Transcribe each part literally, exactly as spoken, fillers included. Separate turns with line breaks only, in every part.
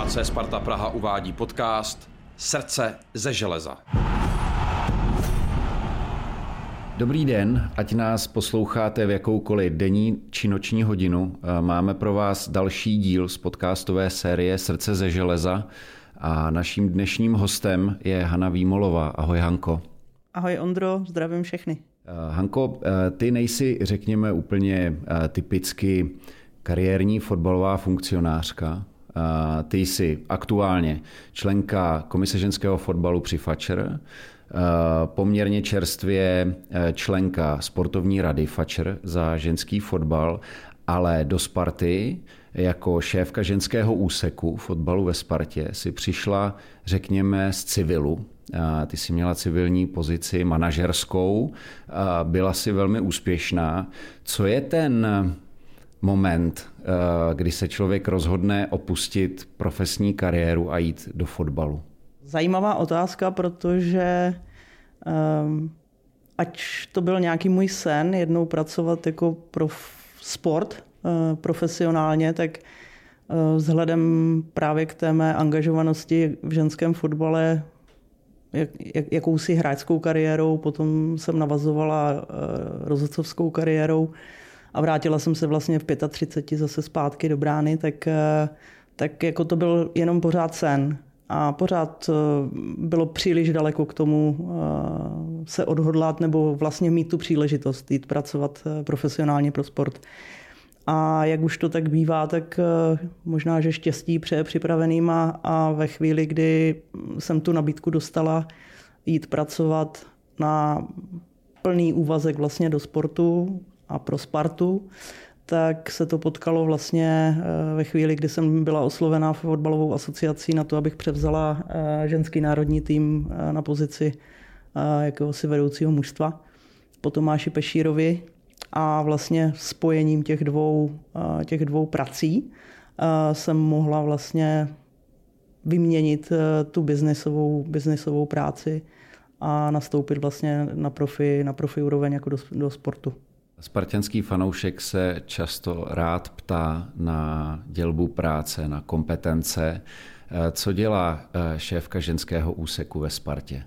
á cé Sparta Praha uvádí podcast Srdce ze železa.
Dobrý den, ať nás posloucháte v jakoukoliv denní či noční hodinu. Máme pro vás další díl z podcastové série Srdce ze železa a naším dnešním hostem je Hana Výmolová. Ahoj Hanko.
Ahoj Ondro, zdravím všechny.
Hanko, ty nejsi, řekněme, úplně typicky kariérní fotbalová funkcionářka. Ty jsi aktuálně členka Komise ženského fotbalu při FAČR, poměrně čerstvě členka sportovní rady FAČR za ženský fotbal, ale do Sparty jako šéfka ženského úseku fotbalu ve Spartě si přišla, řekněme, z civilu. Ty jsi měla civilní pozici manažerskou, byla si velmi úspěšná. Co je ten moment, kdy se člověk rozhodne opustit profesní kariéru a jít do fotbalu?
Zajímavá otázka, protože um, ať to byl nějaký můj sen jednou pracovat jako pro sport uh, profesionálně, tak uh, vzhledem právě k té mé angažovanosti v ženském fotbale jak, jak, jakousi hráčskou kariérou, potom jsem navazovala uh, rozhodcovskou kariérou a vrátila jsem se vlastně v třiceti pěti zase zpátky do brány, tak, uh, tak jako to byl jenom pořád sen. A pořád bylo příliš daleko k tomu se odhodlat nebo vlastně mít tu příležitost jít pracovat profesionálně pro sport. A jak už to tak bývá, tak možná, že štěstí přeje připraveným a, a ve chvíli, kdy jsem tu nabídku dostala jít pracovat na plný úvazek vlastně do sportu a pro Spartu, tak se to potkalo vlastně ve chvíli, kdy jsem byla oslovena fotbalovou asociací na to, abych převzala ženský národní tým na pozici jakéhosi vedoucího mužstva po Tomáši Pešírovi a vlastně spojením těch dvou, těch dvou prací jsem mohla vlastně vyměnit tu biznesovou, biznesovou práci a nastoupit vlastně na profi, na profi úroveň jako do, do sportu.
Spartanský fanoušek se často rád ptá na dělbu práce, na kompetence. Co dělá šéfka ženského úseku ve Spartě?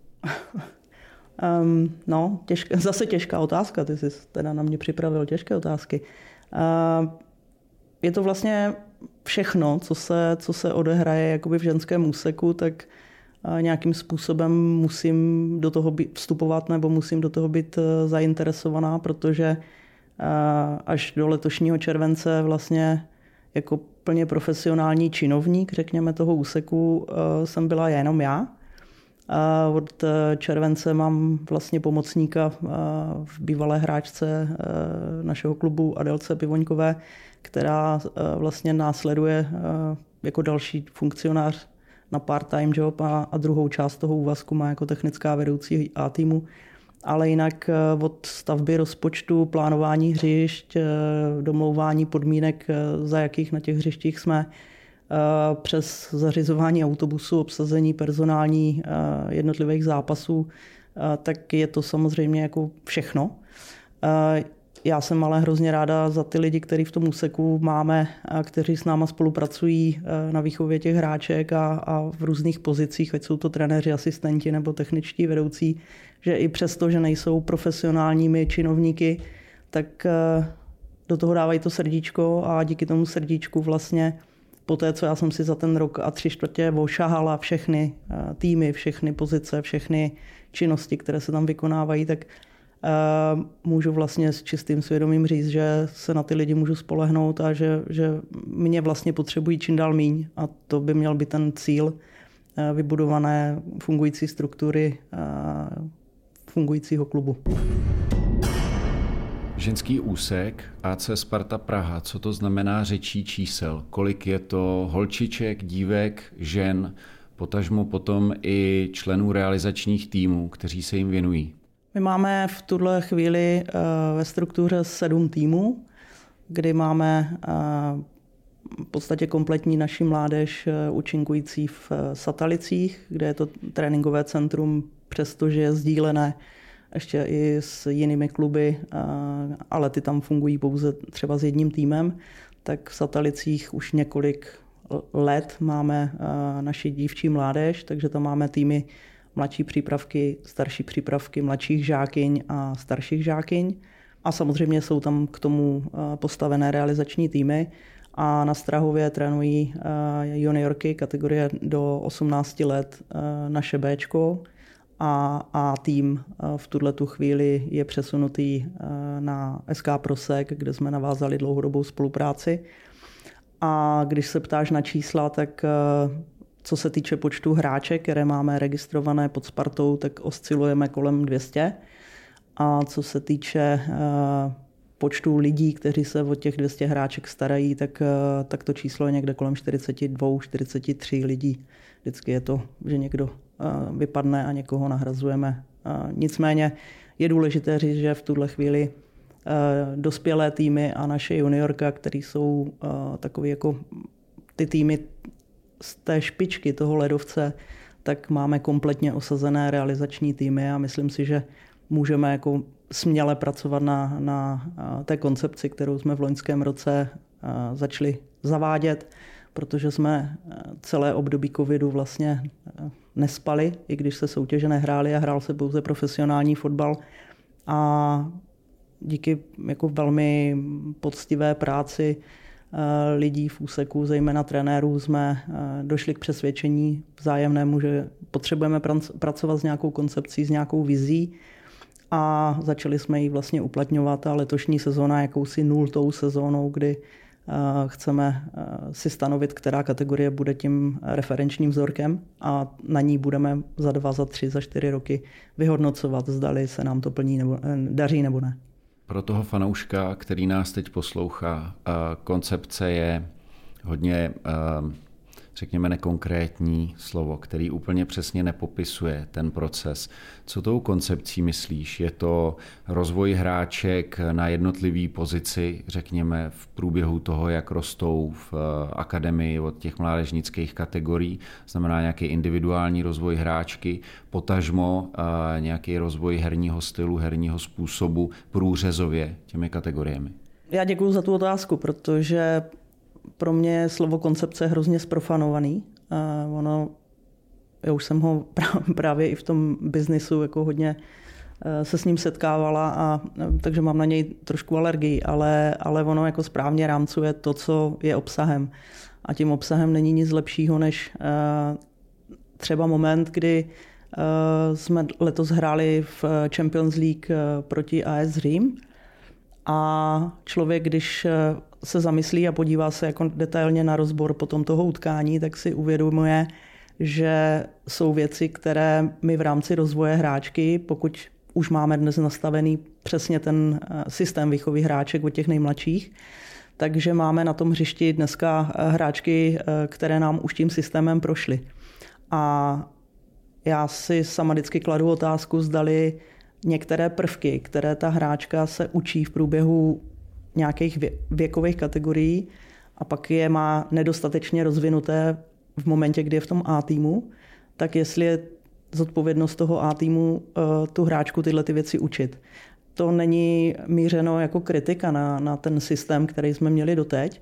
um, no, těžká, zase těžká otázka. Ty jsi teda na mě připravil těžké otázky. Uh, je to vlastně všechno, co se, co se odehraje jakoby v ženském úseku, tak nějakým způsobem musím do toho být, vstupovat nebo musím do toho být zainteresovaná, protože až do letošního července vlastně jako plně profesionální činovník, řekněme, toho úseku jsem byla jenom já. Od července mám vlastně pomocníka v bývalé hráčce našeho klubu Adélce Pivoňkové, která vlastně následuje jako další funkcionář na part-time job a, a druhou část toho úvazku má jako technická vedoucí A týmu. Ale jinak od stavby rozpočtu, plánování hřišť, domlouvání podmínek, za jakých na těch hřištích jsme, přes zařizování autobusu, obsazení personální jednotlivých zápasů, tak je to samozřejmě jako všechno. Já jsem ale hrozně ráda za ty lidi, kteří v tom úseku máme, kteří s náma spolupracují na výchově těch hráček a, a v různých pozicích, ať jsou to trenéři, asistenti nebo techničtí vedoucí, že i přesto, že nejsou profesionálními činovníky, tak do toho dávají to srdíčko a díky tomu srdíčku vlastně po té, co já jsem si za ten rok a tři čtvrtě ošahala všechny týmy, všechny pozice, všechny činnosti, které se tam vykonávají, tak můžu vlastně s čistým svědomím říct, že se na ty lidi můžu spolehnout a že, že mě vlastně potřebují čím dál míň a to by měl být ten cíl vybudované fungující struktury fungujícího klubu.
Ženský úsek á cé Sparta Praha, co to znamená řečí čísel? Kolik je to holčiček, dívek, žen, potažmo potom i členů realizačních týmů, kteří se jim věnují?
My máme v tuhle chvíli ve struktuře sedm týmů, kdy máme v podstatě kompletní naši mládež účinkující v Satalicích, kde je to tréninkové centrum, přestože je sdílené ještě i s jinými kluby, ale ty tam fungují pouze třeba s jedním týmem, tak v Satalicích už několik let máme naši dívčí mládež, takže tam máme týmy mladší přípravky, starší přípravky, mladších žákyň a starších žákyň. A samozřejmě jsou tam k tomu postavené realizační týmy. A na Strahově trénují juniorky kategorie do osmnácti let naše Bčko a A tým v tuhletu chvíli je přesunutý na S K Prosek, kde jsme navázali dlouhodobou spolupráci. A když se ptáš na čísla, tak co se týče počtu hráček, které máme registrované pod Spartou, tak oscilujeme kolem dvě stě. A co se týče počtu lidí, kteří se o těch dvě stě hráček starají, tak, tak to číslo je někde kolem čtyřicet dva, čtyřicet tři lidí. Vždycky je to, že někdo vypadne a někoho nahrazujeme. Nicméně je důležité říct, že v tuhle chvíli dospělé týmy a naše juniorka, které jsou takový jako ty týmy z té špičky toho ledovce, tak máme kompletně osazené realizační týmy a myslím si, že můžeme jako směle pracovat na, na té koncepci, kterou jsme v loňském roce začali zavádět, protože jsme celé období covidu vlastně nespali, i když se soutěže nehrály a hrál se pouze profesionální fotbal. A díky jako velmi poctivé práci lidí v úseku, zejména trenérů, jsme došli k přesvědčení vzájemnému, že potřebujeme pracovat s nějakou koncepcí, s nějakou vizí a začali jsme ji vlastně uplatňovat a letošní sezóna jakousi nultou sezónou, kdy chceme si stanovit, která kategorie bude tím referenčním vzorkem a na ní budeme za dva, za tři, za čtyři roky vyhodnocovat, zdali se nám to plní nebo, daří nebo ne.
Pro toho fanouška, který nás teď poslouchá, koncepce je hodně, řekněme, nekonkrétní slovo, který úplně přesně nepopisuje ten proces. Co tou koncepcí myslíš? Je to rozvoj hráček na jednotlivý pozici, řekněme, v průběhu toho, jak rostou v akademii od těch mládežnických kategorií, znamená nějaký individuální rozvoj hráčky, potažmo nějaký rozvoj herního stylu, herního způsobu průřezově těmi kategoriemi?
Já děkuju za tu otázku, protože pro mě je slovo koncepce hrozně zprofanovaný. Uh, ono, já už jsem ho právě i v tom biznisu jako hodně uh, se s ním setkávala, a, takže mám na něj trošku alergii, ale, ale ono jako správně rámcuje to, co je obsahem. A tím obsahem není nic lepšího, než uh, třeba moment, kdy uh, jsme letos hráli v Champions League uh, proti A S Řím. A člověk, když se zamyslí a podívá se jako detailně na rozbor potom toho utkání, tak si uvědomuje, že jsou věci, které my v rámci rozvoje hráčky, pokud už máme dnes nastavený přesně ten systém výchovy hráček od těch nejmladších, takže máme na tom hřišti dneska hráčky, které nám už tím systémem prošly. A já si sama vždycky kladu otázku, zdali některé prvky, které ta hráčka se učí v průběhu nějakých věkových kategorií a pak je má nedostatečně rozvinuté v momentě, kdy je v tom A týmu, tak jestli je zodpovědnost toho A týmu tu hráčku tyhle ty věci učit. To není mířeno jako kritika na, na ten systém, který jsme měli doteď,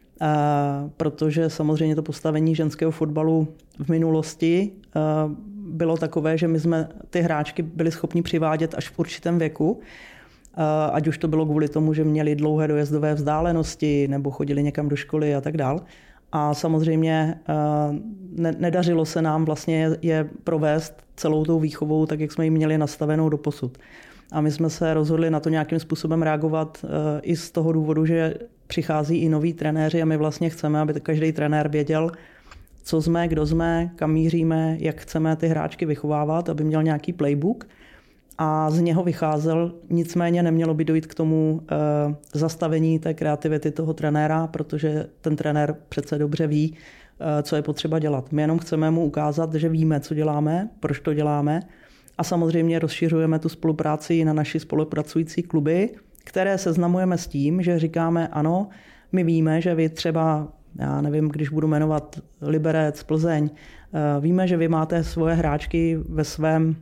protože samozřejmě to postavení ženského fotbalu v minulosti bylo takové, že my jsme ty hráčky byli schopni přivádět až v určitém věku, ať už to bylo kvůli tomu, že měli dlouhé dojezdové vzdálenosti nebo chodili někam do školy a tak dál. A samozřejmě nedařilo se nám vlastně je provést celou tou výchovou tak, jak jsme ji měli nastavenou doposud. A my jsme se rozhodli na to nějakým způsobem reagovat i z toho důvodu, že přichází i noví trenéři a my vlastně chceme, aby každý trenér věděl, co jsme, kdo jsme, kam míříme, jak chceme ty hráčky vychovávat, aby měl nějaký playbook a z něho vycházel. Nicméně nemělo by dojít k tomu e, zastavení té kreativity toho trenéra, protože ten trenér přece dobře ví, e, co je potřeba dělat. My jenom chceme mu ukázat, že víme, co děláme, proč to děláme a samozřejmě rozšiřujeme tu spolupráci i na naši spolupracující kluby, které seznamujeme s tím, že říkáme ano, my víme, že vy třeba, já nevím, když budu jmenovat Liberec, Plzeň, víme, že vy máte svoje hráčky ve svém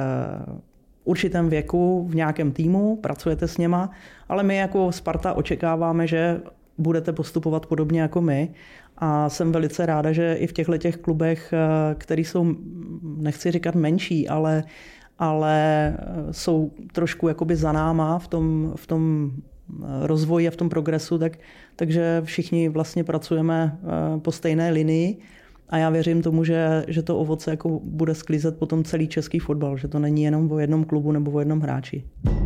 určitém věku v nějakém týmu, pracujete s něma, ale my jako Sparta očekáváme, že budete postupovat podobně jako my A jsem velice ráda, že i v těchto těch klubech, které jsou, nechci říkat menší, ale, ale jsou trošku jakoby za náma v tom, v tom rozvoji a v tom progresu, tak, takže všichni vlastně pracujeme po stejné linii a já věřím tomu, že, že to ovoce jako bude sklízet potom celý český fotbal, že to není jenom o jednom klubu nebo o jednom hráči.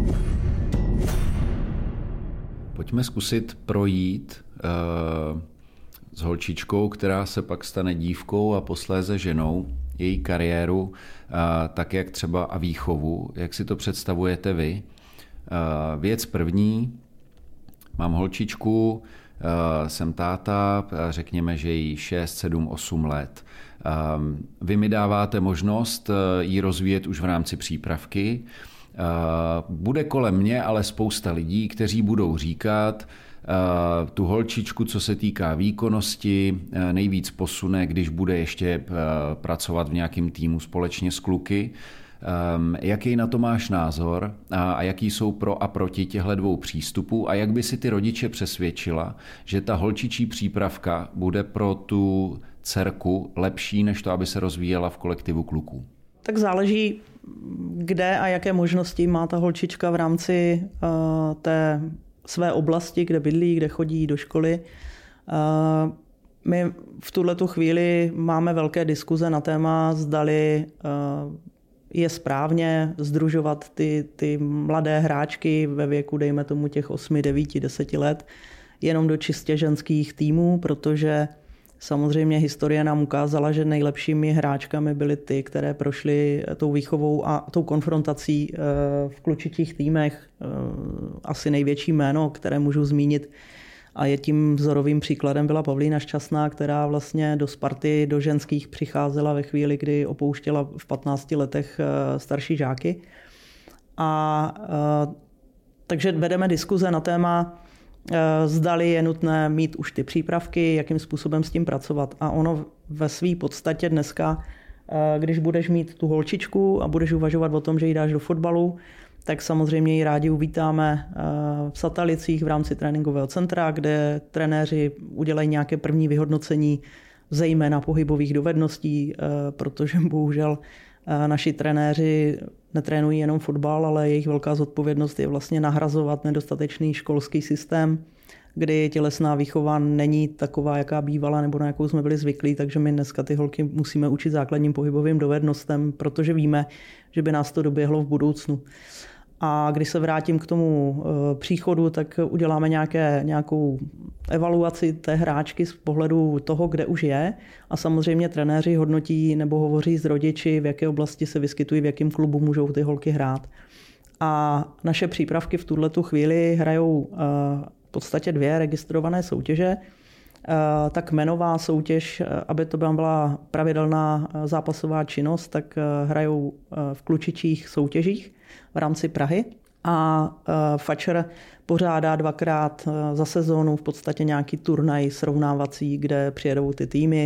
Pojďme zkusit projít uh, s holčičkou, která se pak stane dívkou a posléze ženou, její kariéru, uh, tak jak třeba a výchovu. Jak si to představujete vy? Uh, věc první, mám holčičku, uh, jsem táta, řekněme, že jí šest, sedm, osm let. Uh, vy mi dáváte možnost uh, jí rozvíjet už v rámci přípravky. Uh, bude kolem mě ale spousta lidí, kteří budou říkat, uh, tu holčičku, co se týká výkonnosti, uh, nejvíc posune, když bude ještě uh, pracovat v nějakém týmu společně s kluky. Um, jaký na to máš názor a, a jaký jsou pro a proti těchto dvou přístupů a jak by si ty rodiče přesvědčila, že ta holčičí přípravka bude pro tu dcerku lepší, než to, aby se rozvíjela v kolektivu kluků?
Tak záleží, kde a jaké možnosti má ta holčička v rámci uh, té své oblasti, kde bydlí, kde chodí do školy. Uh, my v tuhletu chvíli máme velké diskuze na téma, zdali uh, je správně sdružovat ty, ty mladé hráčky ve věku, dejme tomu těch osmi, devíti, deseti let, jenom do čistě ženských týmů, protože samozřejmě historie nám ukázala, že nejlepšími hráčkami byly ty, které prošly tou výchovou a tou konfrontací v klučičích týmech. Asi největší jméno, které můžu zmínit, a je tím vzorovým příkladem, byla Pavlína Šťastná, která vlastně do Sparty, do ženských přicházela ve chvíli, kdy opouštěla v patnácti letech starší žáky. A takže vedeme diskuze na téma, zdali je nutné mít už ty přípravky, jakým způsobem s tím pracovat. A ono ve své podstatě dneska, když budeš mít tu holčičku a budeš uvažovat o tom, že ji dáš do fotbalu, tak samozřejmě ji rádi uvítáme v Satalicích v rámci tréninkového centra, kde trenéři udělají nějaké první vyhodnocení zejména pohybových dovedností, protože bohužel naši trenéři netrénují jenom fotbal, ale jejich velká zodpovědnost je vlastně nahrazovat nedostatečný školský systém, kdy tělesná výchova není taková, jaká bývala nebo na jakou jsme byli zvyklí, takže my dneska ty holky musíme učit základním pohybovým dovednostem, protože víme, že by nás to doběhlo v budoucnu. A když se vrátím k tomu příchodu, tak uděláme nějaké, nějakou evaluaci té hráčky z pohledu toho, kde už je. A samozřejmě trenéři hodnotí nebo hovoří s rodiči, v jaké oblasti se vyskytují, v jakém klubu můžou ty holky hrát. A naše přípravky v tuhletu chvíli hrajou v podstatě dvě registrované soutěže. Ta kmenová soutěž, aby to byla pravidelná zápasová činnost, tak hrajou v klučičích soutěžích v rámci Prahy. A Fatscher pořádá dvakrát za sezónu v podstatě nějaký turnaj srovnávací, kde přijedou ty týmy.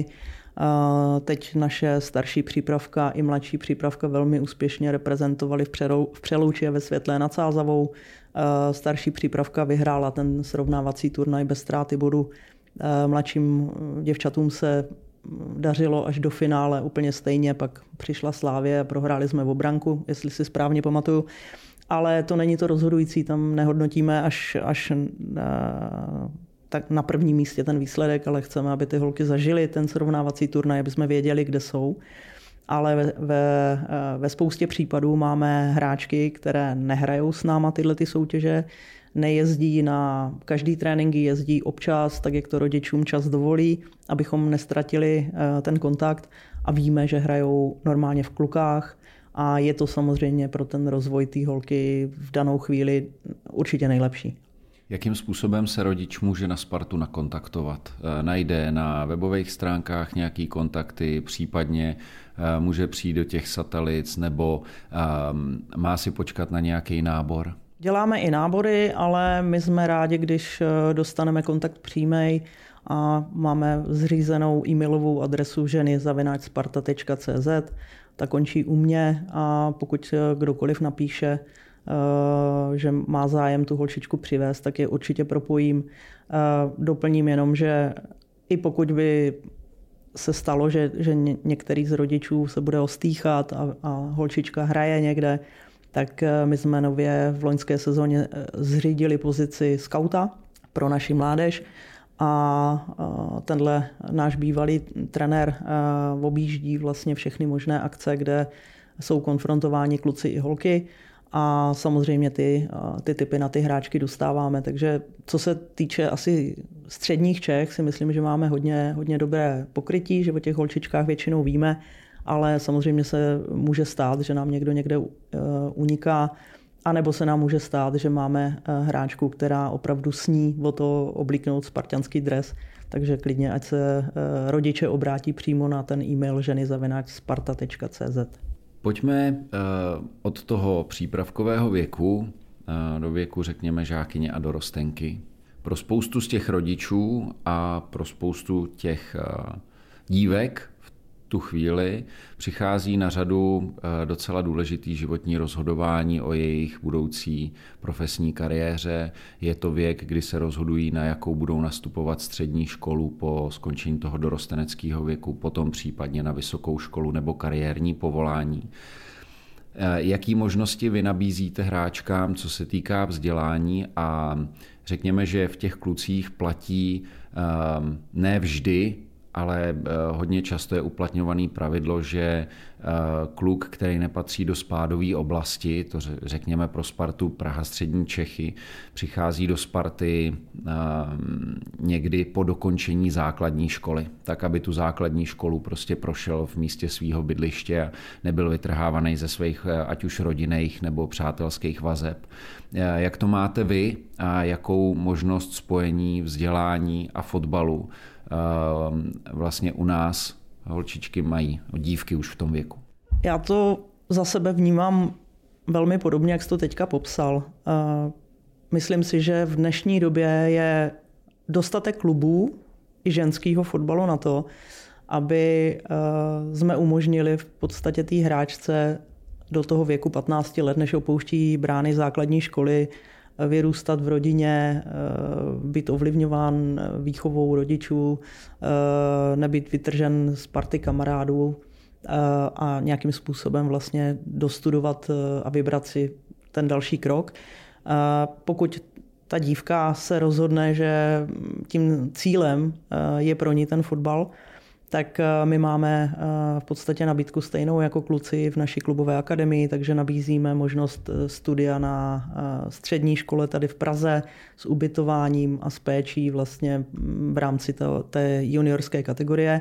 Teď naše starší přípravka i mladší přípravka velmi úspěšně reprezentovali v Přelouči a ve Světlé nad Sázavou. Starší přípravka vyhrála ten srovnávací turnaj bez ztráty bodu. Mladším děvčatům se dařilo až do finále úplně stejně, pak přišla Slávie a prohráli jsme v obranku, jestli si správně pamatuju. Ale to není to rozhodující, tam nehodnotíme až, až na, tak na prvním místě ten výsledek, ale chceme, aby ty holky zažily ten srovnávací turnaj, aby jsme věděli, kde jsou. Ale ve, ve, ve spoustě případů máme hráčky, které nehrajou s náma tyhle ty soutěže, nejezdí na každý tréninky, jezdí občas, tak jak to rodičům čas dovolí, abychom nestratili ten kontakt a víme, že hrajou normálně v klukách a je to samozřejmě pro ten rozvoj té holky v danou chvíli určitě nejlepší.
Jakým způsobem se rodič může na Spartu nakontaktovat? Najde na webových stránkách nějaký kontakty, případně může přijít do těch Satalic nebo um, má si počkat na nějaký nábor?
Děláme i nábory, ale my jsme rádi, když dostaneme kontakt přímej a máme zřízenou e-mailovou adresu ženy zavináč sparta tečka cé zet. Ta končí u mě a pokud kdokoliv napíše, že má zájem tu holčičku přivést, tak je určitě propojím. Doplním jenom, že i pokud by se stalo, že, že některý z rodičů se bude ostýchat a, a holčička hraje někde, tak my jsme nově v loňské sezóně zřídili pozici skauta pro naši mládež a tenhle náš bývalý trenér objíždí vlastně všechny možné akce, kde jsou konfrontováni kluci i holky a samozřejmě ty, ty typy na ty hráčky dostáváme. Takže co se týče asi středních Čech, si myslím, že máme hodně, hodně dobré pokrytí, že o těch holčičkách většinou víme, ale samozřejmě se může stát, že nám někdo někde uniká, anebo se nám může stát, že máme hráčku, která opravdu sní o to oblíknout spartanský dres, takže klidně ať se rodiče obrátí přímo na ten e-mail ženy zavináč sparta tečka cé zet.
Pojďme od toho přípravkového věku do věku, řekněme, žákyně a dorostenky. Pro spoustu z těch rodičů a pro spoustu těch dívek v tu chvíli přichází na řadu docela důležitý životní rozhodování o jejich budoucí profesní kariéře. Je to věk, kdy se rozhodují, na jakou budou nastupovat střední školu po skončení toho dorosteneckého věku, potom případně na vysokou školu nebo kariérní povolání. Jaký možnosti vy nabízíte hráčkám, co se týká vzdělání, a řekněme, že v těch klucích platí ne vždy, ale hodně často je uplatňované pravidlo, že kluk, který nepatří do spádové oblasti, to řekněme pro Spartu Praha střední Čechy, přichází do Sparty někdy po dokončení základní školy, tak aby tu základní školu prostě prošel v místě svého bydliště a nebyl vytrhávaný ze svých ať už rodinných nebo přátelských vazeb. Jak to máte vy a jakou možnost spojení vzdělání a fotbalu vlastně u nás holčičky mají, dívky už v tom věku?
Já to za sebe vnímám velmi podobně, jak jsi to teďka popsal. Myslím si, že v dnešní době je dostatek klubů i ženského fotbalu na to, aby jsme umožnili v podstatě té hráčce do toho věku patnácti let, než opouští brány základní školy, vyrůstat v rodině, být ovlivňován výchovou rodičů, nebýt vytržen z party kamarádů a nějakým způsobem vlastně dostudovat a vybrat si ten další krok. Pokud ta dívka se rozhodne, že tím cílem je pro ní ten fotbal, tak my máme v podstatě nabídku stejnou jako kluci v naší klubové akademii, takže nabízíme možnost studia na střední škole tady v Praze s ubytováním a s péčí vlastně v rámci té juniorské kategorie.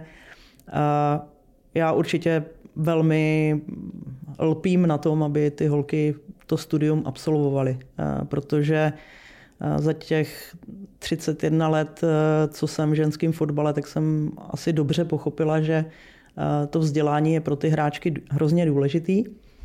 Já určitě velmi lpím na tom, aby ty holky to studium absolvovaly, protože za těch třicet jedna let, co jsem v ženském fotbale, tak jsem asi dobře pochopila, že to vzdělání je pro ty hráčky hrozně důležitý.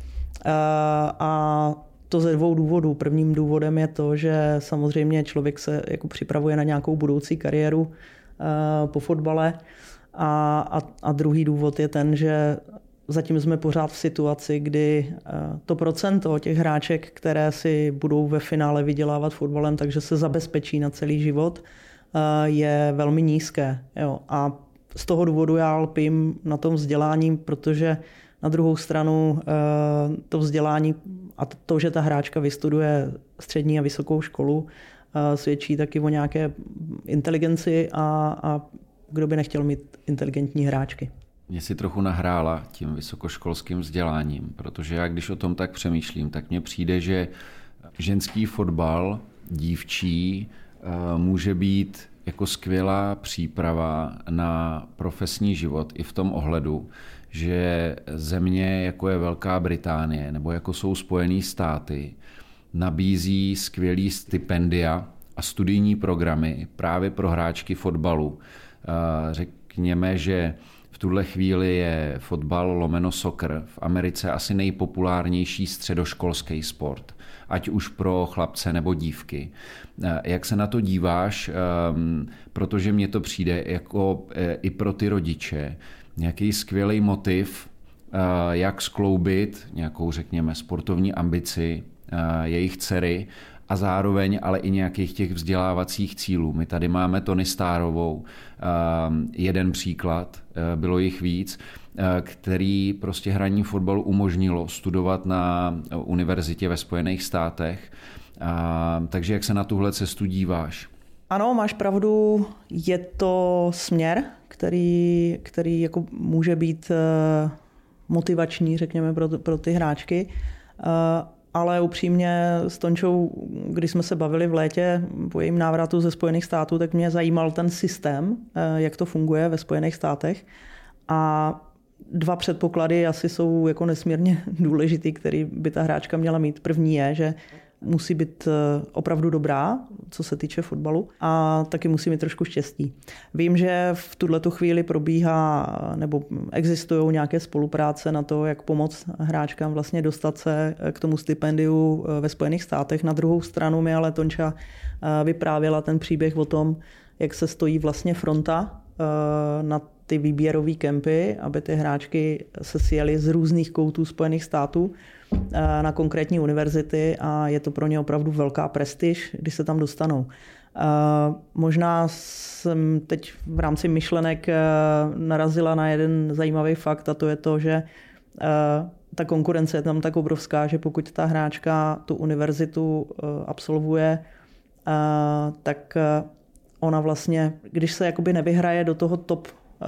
A to ze dvou důvodů. Prvním důvodem je to, že samozřejmě člověk se jako připravuje na nějakou budoucí kariéru po fotbale. A, a, a druhý důvod je ten, že zatím jsme pořád v situaci, kdy to procento těch hráček, které si budou ve finále vydělávat fotbalem, takže se zabezpečí na celý život, je velmi nízké. Jo. A z toho důvodu já lpím na tom vzdělání, protože na druhou stranu to vzdělání a to, že ta hráčka vystuduje střední a vysokou školu, svědčí taky o nějaké inteligenci a, a kdo by nechtěl mít inteligentní hráčky.
Mě si trochu nahrála tím vysokoškolským vzděláním, protože já když o tom tak přemýšlím, tak mně přijde, že ženský fotbal dívčí může být jako skvělá příprava na profesní život i v tom ohledu, že země, jako je Velká Británie nebo jako jsou Spojené státy, nabízí skvělý stipendia a studijní programy právě pro hráčky fotbalu. Řekněme, že v tuhle chvíli je fotbal lomeno soccer v Americe asi nejpopulárnější středoškolský sport, ať už pro chlapce nebo dívky. Jak se na to díváš, protože mně to přijde jako i pro ty rodiče nějaký skvělý motiv, jak skloubit nějakou, řekněme, sportovní ambici jejich dcery a zároveň ale i nějakých těch vzdělávacích cílů. My tady máme Tony Starovou, jeden příklad, bylo jich víc, který prostě hraní fotbalu umožnilo studovat na univerzitě ve Spojených státech. Takže jak se na tuhle cestu díváš?
Ano, máš pravdu, je to směr, který, který jako může být motivační, řekněme, pro, pro ty hráčky. Ale upřímně s Tončou, když jsme se bavili v létě po jejím návratu ze Spojených států, tak mě zajímal ten systém, jak to funguje ve Spojených státech. A dva předpoklady asi jsou jako nesmírně důležitý, který by ta hráčka měla mít. První je, že musí být opravdu dobrá, co se týče fotbalu, a taky musí mít trošku štěstí. Vím, že v tuhletu chvíli probíhá nebo existují nějaké spolupráce na to, jak pomoct hráčkám vlastně dostat se k tomu stipendiu ve Spojených státech. Na druhou stranu mi ale Tonča vyprávěla ten příběh o tom, jak se stojí vlastně fronta na ty výběrové kempy, aby ty hráčky se sjeli z různých koutů Spojených států na konkrétní univerzity, a je to pro ně opravdu velká prestiž, když se tam dostanou. Možná jsem teď v rámci myšlenek narazila na jeden zajímavý fakt, a to je to, že ta konkurence je tam tak obrovská, že pokud ta hráčka tu univerzitu absolvuje, tak ona vlastně, když se jakoby nevyhraje do toho top,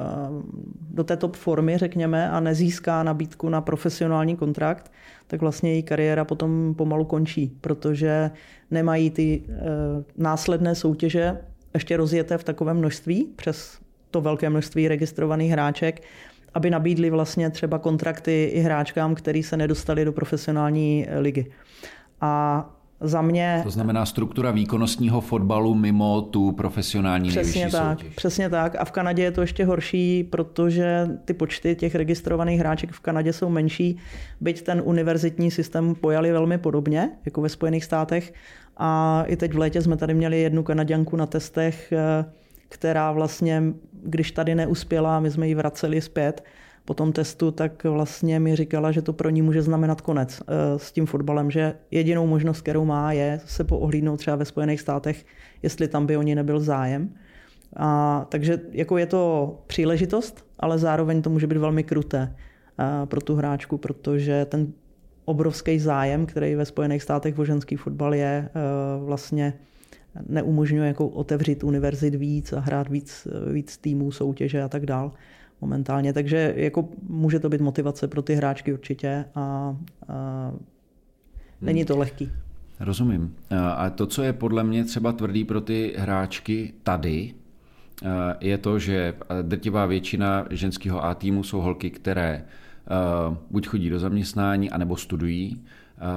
do té top formy, řekněme, a nezíská nabídku na profesionální kontrakt, tak vlastně její kariéra potom pomalu končí, protože nemají ty následné soutěže ještě rozjeté v takovém množství, přes to velké množství registrovaných hráček, aby nabídli vlastně třeba kontrakty i hráčkám, který se nedostali do profesionální ligy. A za mě...
To znamená struktura výkonnostního fotbalu mimo tu profesionální
přesně
nejvyšší
tak,
soutěž.
Přesně tak. A v Kanadě je to ještě horší, protože ty počty těch registrovaných hráček v Kanadě jsou menší, byť ten univerzitní systém pojali velmi podobně, jako ve Spojených státech. A i teď v létě jsme tady měli jednu Kanaďanku na testech, která vlastně, když tady neuspěla, my jsme ji vraceli zpět po tom testu, tak vlastně mi říkala, že to pro ní může znamenat konec s tím fotbalem, že jedinou možnost, kterou má, je se poohlídnout třeba ve Spojených státech, jestli tam by o ní nebyl zájem. A, takže jako je to příležitost, ale zároveň to může být velmi kruté pro tu hráčku, protože ten obrovský zájem, který ve Spojených státech o ženský fotbal je, vlastně neumožňuje jako otevřít univerzit víc a hrát víc, víc týmů, soutěže a tak dál momentálně. Takže jako může to být motivace pro ty hráčky určitě a, a není to lehký.
Rozumím. A to, co je podle mě třeba tvrdý pro ty hráčky tady, je to, že drtivá většina ženského A týmu jsou holky, které buď chodí do zaměstnání, anebo studují.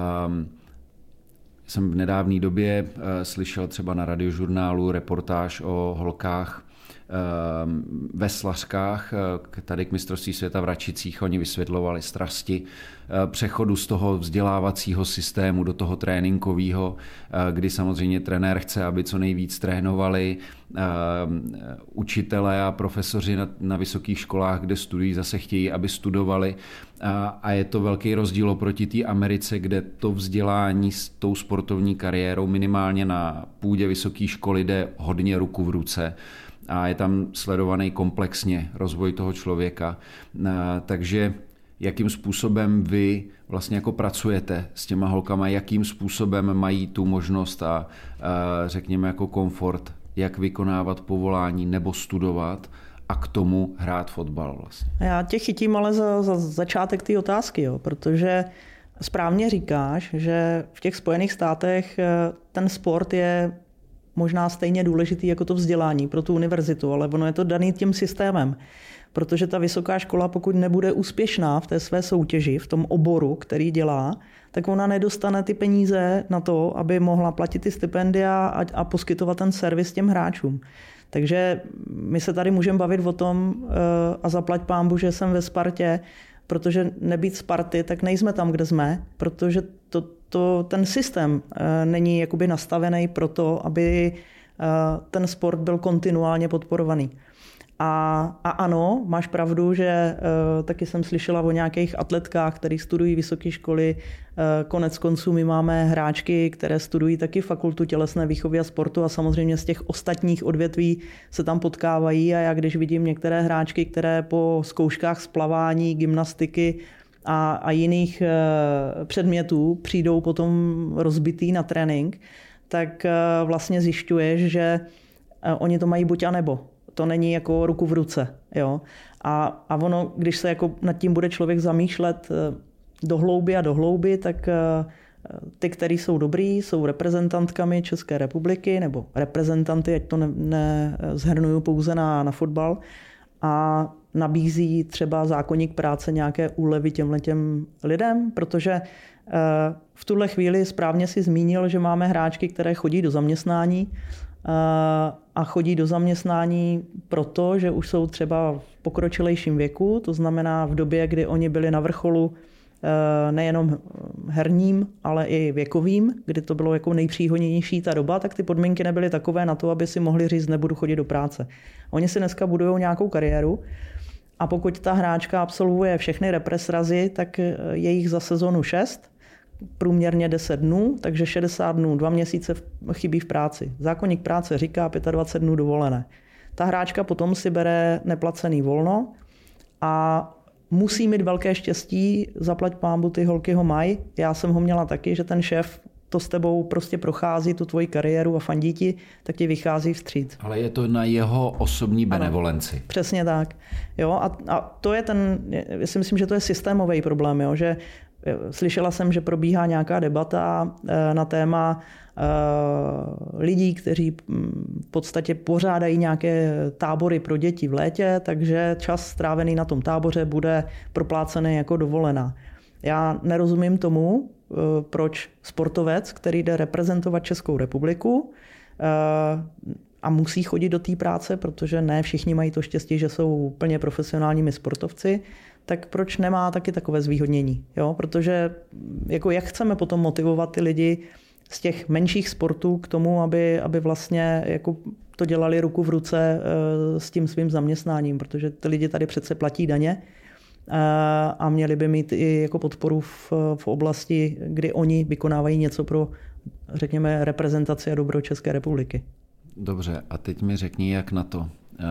Jsem v nedávné době slyšel třeba na radiožurnálu reportáž o holkách veslařkách, tady k mistrovství světa v Račicích. Oni vysvětlovali strasti přechodu z toho vzdělávacího systému do toho tréninkového, kdy samozřejmě trenér chce, aby co nejvíc trénovali. Učitelé a profesoři na, na vysokých školách, kde studují, zase chtějí, aby studovali. A je to velký rozdíl oproti té Americe, kde to vzdělání s tou sportovní kariérou minimálně na půdě vysoké školy jde hodně ruku v ruce. A je tam sledovaný komplexně rozvoj toho člověka. Takže jakým způsobem vy vlastně jako pracujete s těma holkama, jakým způsobem mají tu možnost a, a řekněme jako komfort, jak vykonávat povolání nebo studovat a k tomu hrát fotbal vlastně.
Já tě chytím ale za, za začátek té otázky, jo, protože správně říkáš, že v těch Spojených státech ten sport je možná stejně důležitý jako to vzdělání pro tu univerzitu, ale ono je to daný tím systémem. Protože ta vysoká škola, pokud nebude úspěšná v té své soutěži, v tom oboru, který dělá, tak ona nedostane ty peníze na to, aby mohla platit ty stipendia a, a poskytovat ten servis těm hráčům. Takže my se tady můžeme bavit o tom a zaplať pánbu, že jsem ve Spartě, protože nebýt Sparty, tak nejsme tam, kde jsme, protože to, to, ten systém není jakoby nastavený pro to, aby ten sport byl kontinuálně podporovaný. A, a ano, máš pravdu, že uh, taky jsem slyšela o nějakých atletkách, který studují vysoké školy. Uh, konec konců my máme hráčky, které studují taky fakultu tělesné výchovy a sportu a samozřejmě z těch ostatních odvětví se tam potkávají. A já když vidím některé hráčky, které po zkouškách z plavání, gymnastiky a, a jiných uh, předmětů přijdou potom rozbitý na trénink, tak uh, vlastně zjišťuješ, že uh, oni to mají buď a nebo. To není jako ruku v ruce. Jo? A, a ono, když se jako nad tím bude člověk zamýšlet do hlouby a do hlouby, tak ty, který jsou dobrý, jsou reprezentantkami České republiky, nebo reprezentanty, ať to nezhrnuju ne, pouze na, na fotbal, a nabízí třeba zákoník práce nějaké úlevy těmhletěm lidem, protože v tuhle chvíli správně si zmínil, že máme hráčky, které chodí do zaměstnání, a chodí do zaměstnání proto, že už jsou třeba v pokročilejším věku, to znamená v době, kdy oni byli na vrcholu nejenom herním, ale i věkovým, kdy to bylo jako nejpříhodnější ta doba, tak ty podmínky nebyly takové na to, aby si mohli říct, nebudu chodit do práce. Oni si dneska budují nějakou kariéru a pokud ta hráčka absolvuje všechny represrazy, tak je jich za sezonu šest, průměrně deset dnů, takže šedesát dnů, dva měsíce chybí v práci. Zákoník práce říká dvacet pět dnů dovolené. Ta hráčka potom si bere neplacený volno a musí mít velké štěstí, zaplať pánbu, ty holky ho mají. Já jsem ho měla taky, že ten šéf to s tebou prostě prochází, tu tvoji kariéru a fandí ti, tak ti vychází vstříc.
Ale je to na jeho osobní benevolenci.
Ano, přesně tak. Jo, a, a to je ten, já si myslím, že to je systémový problém, jo, že slyšela jsem, že probíhá nějaká debata na téma lidí, kteří v podstatě pořádají nějaké tábory pro děti v létě, takže čas strávený na tom táboře bude proplácený jako dovolená. Já nerozumím tomu, proč sportovec, který jde reprezentovat Českou republiku a musí chodit do té práce, protože ne všichni mají to štěstí, že jsou plně profesionálními sportovci, tak proč nemá taky takové zvýhodnění? Jo? Protože jako jak chceme potom motivovat ty lidi z těch menších sportů k tomu, aby, aby vlastně jako to dělali ruku v ruce s tím svým zaměstnáním, protože ty lidi tady přece platí daně a měli by mít i jako podporu v, v oblasti, kdy oni vykonávají něco pro, řekněme, reprezentaci a dobro České republiky.
Dobře, a teď mi řekni, jak na to.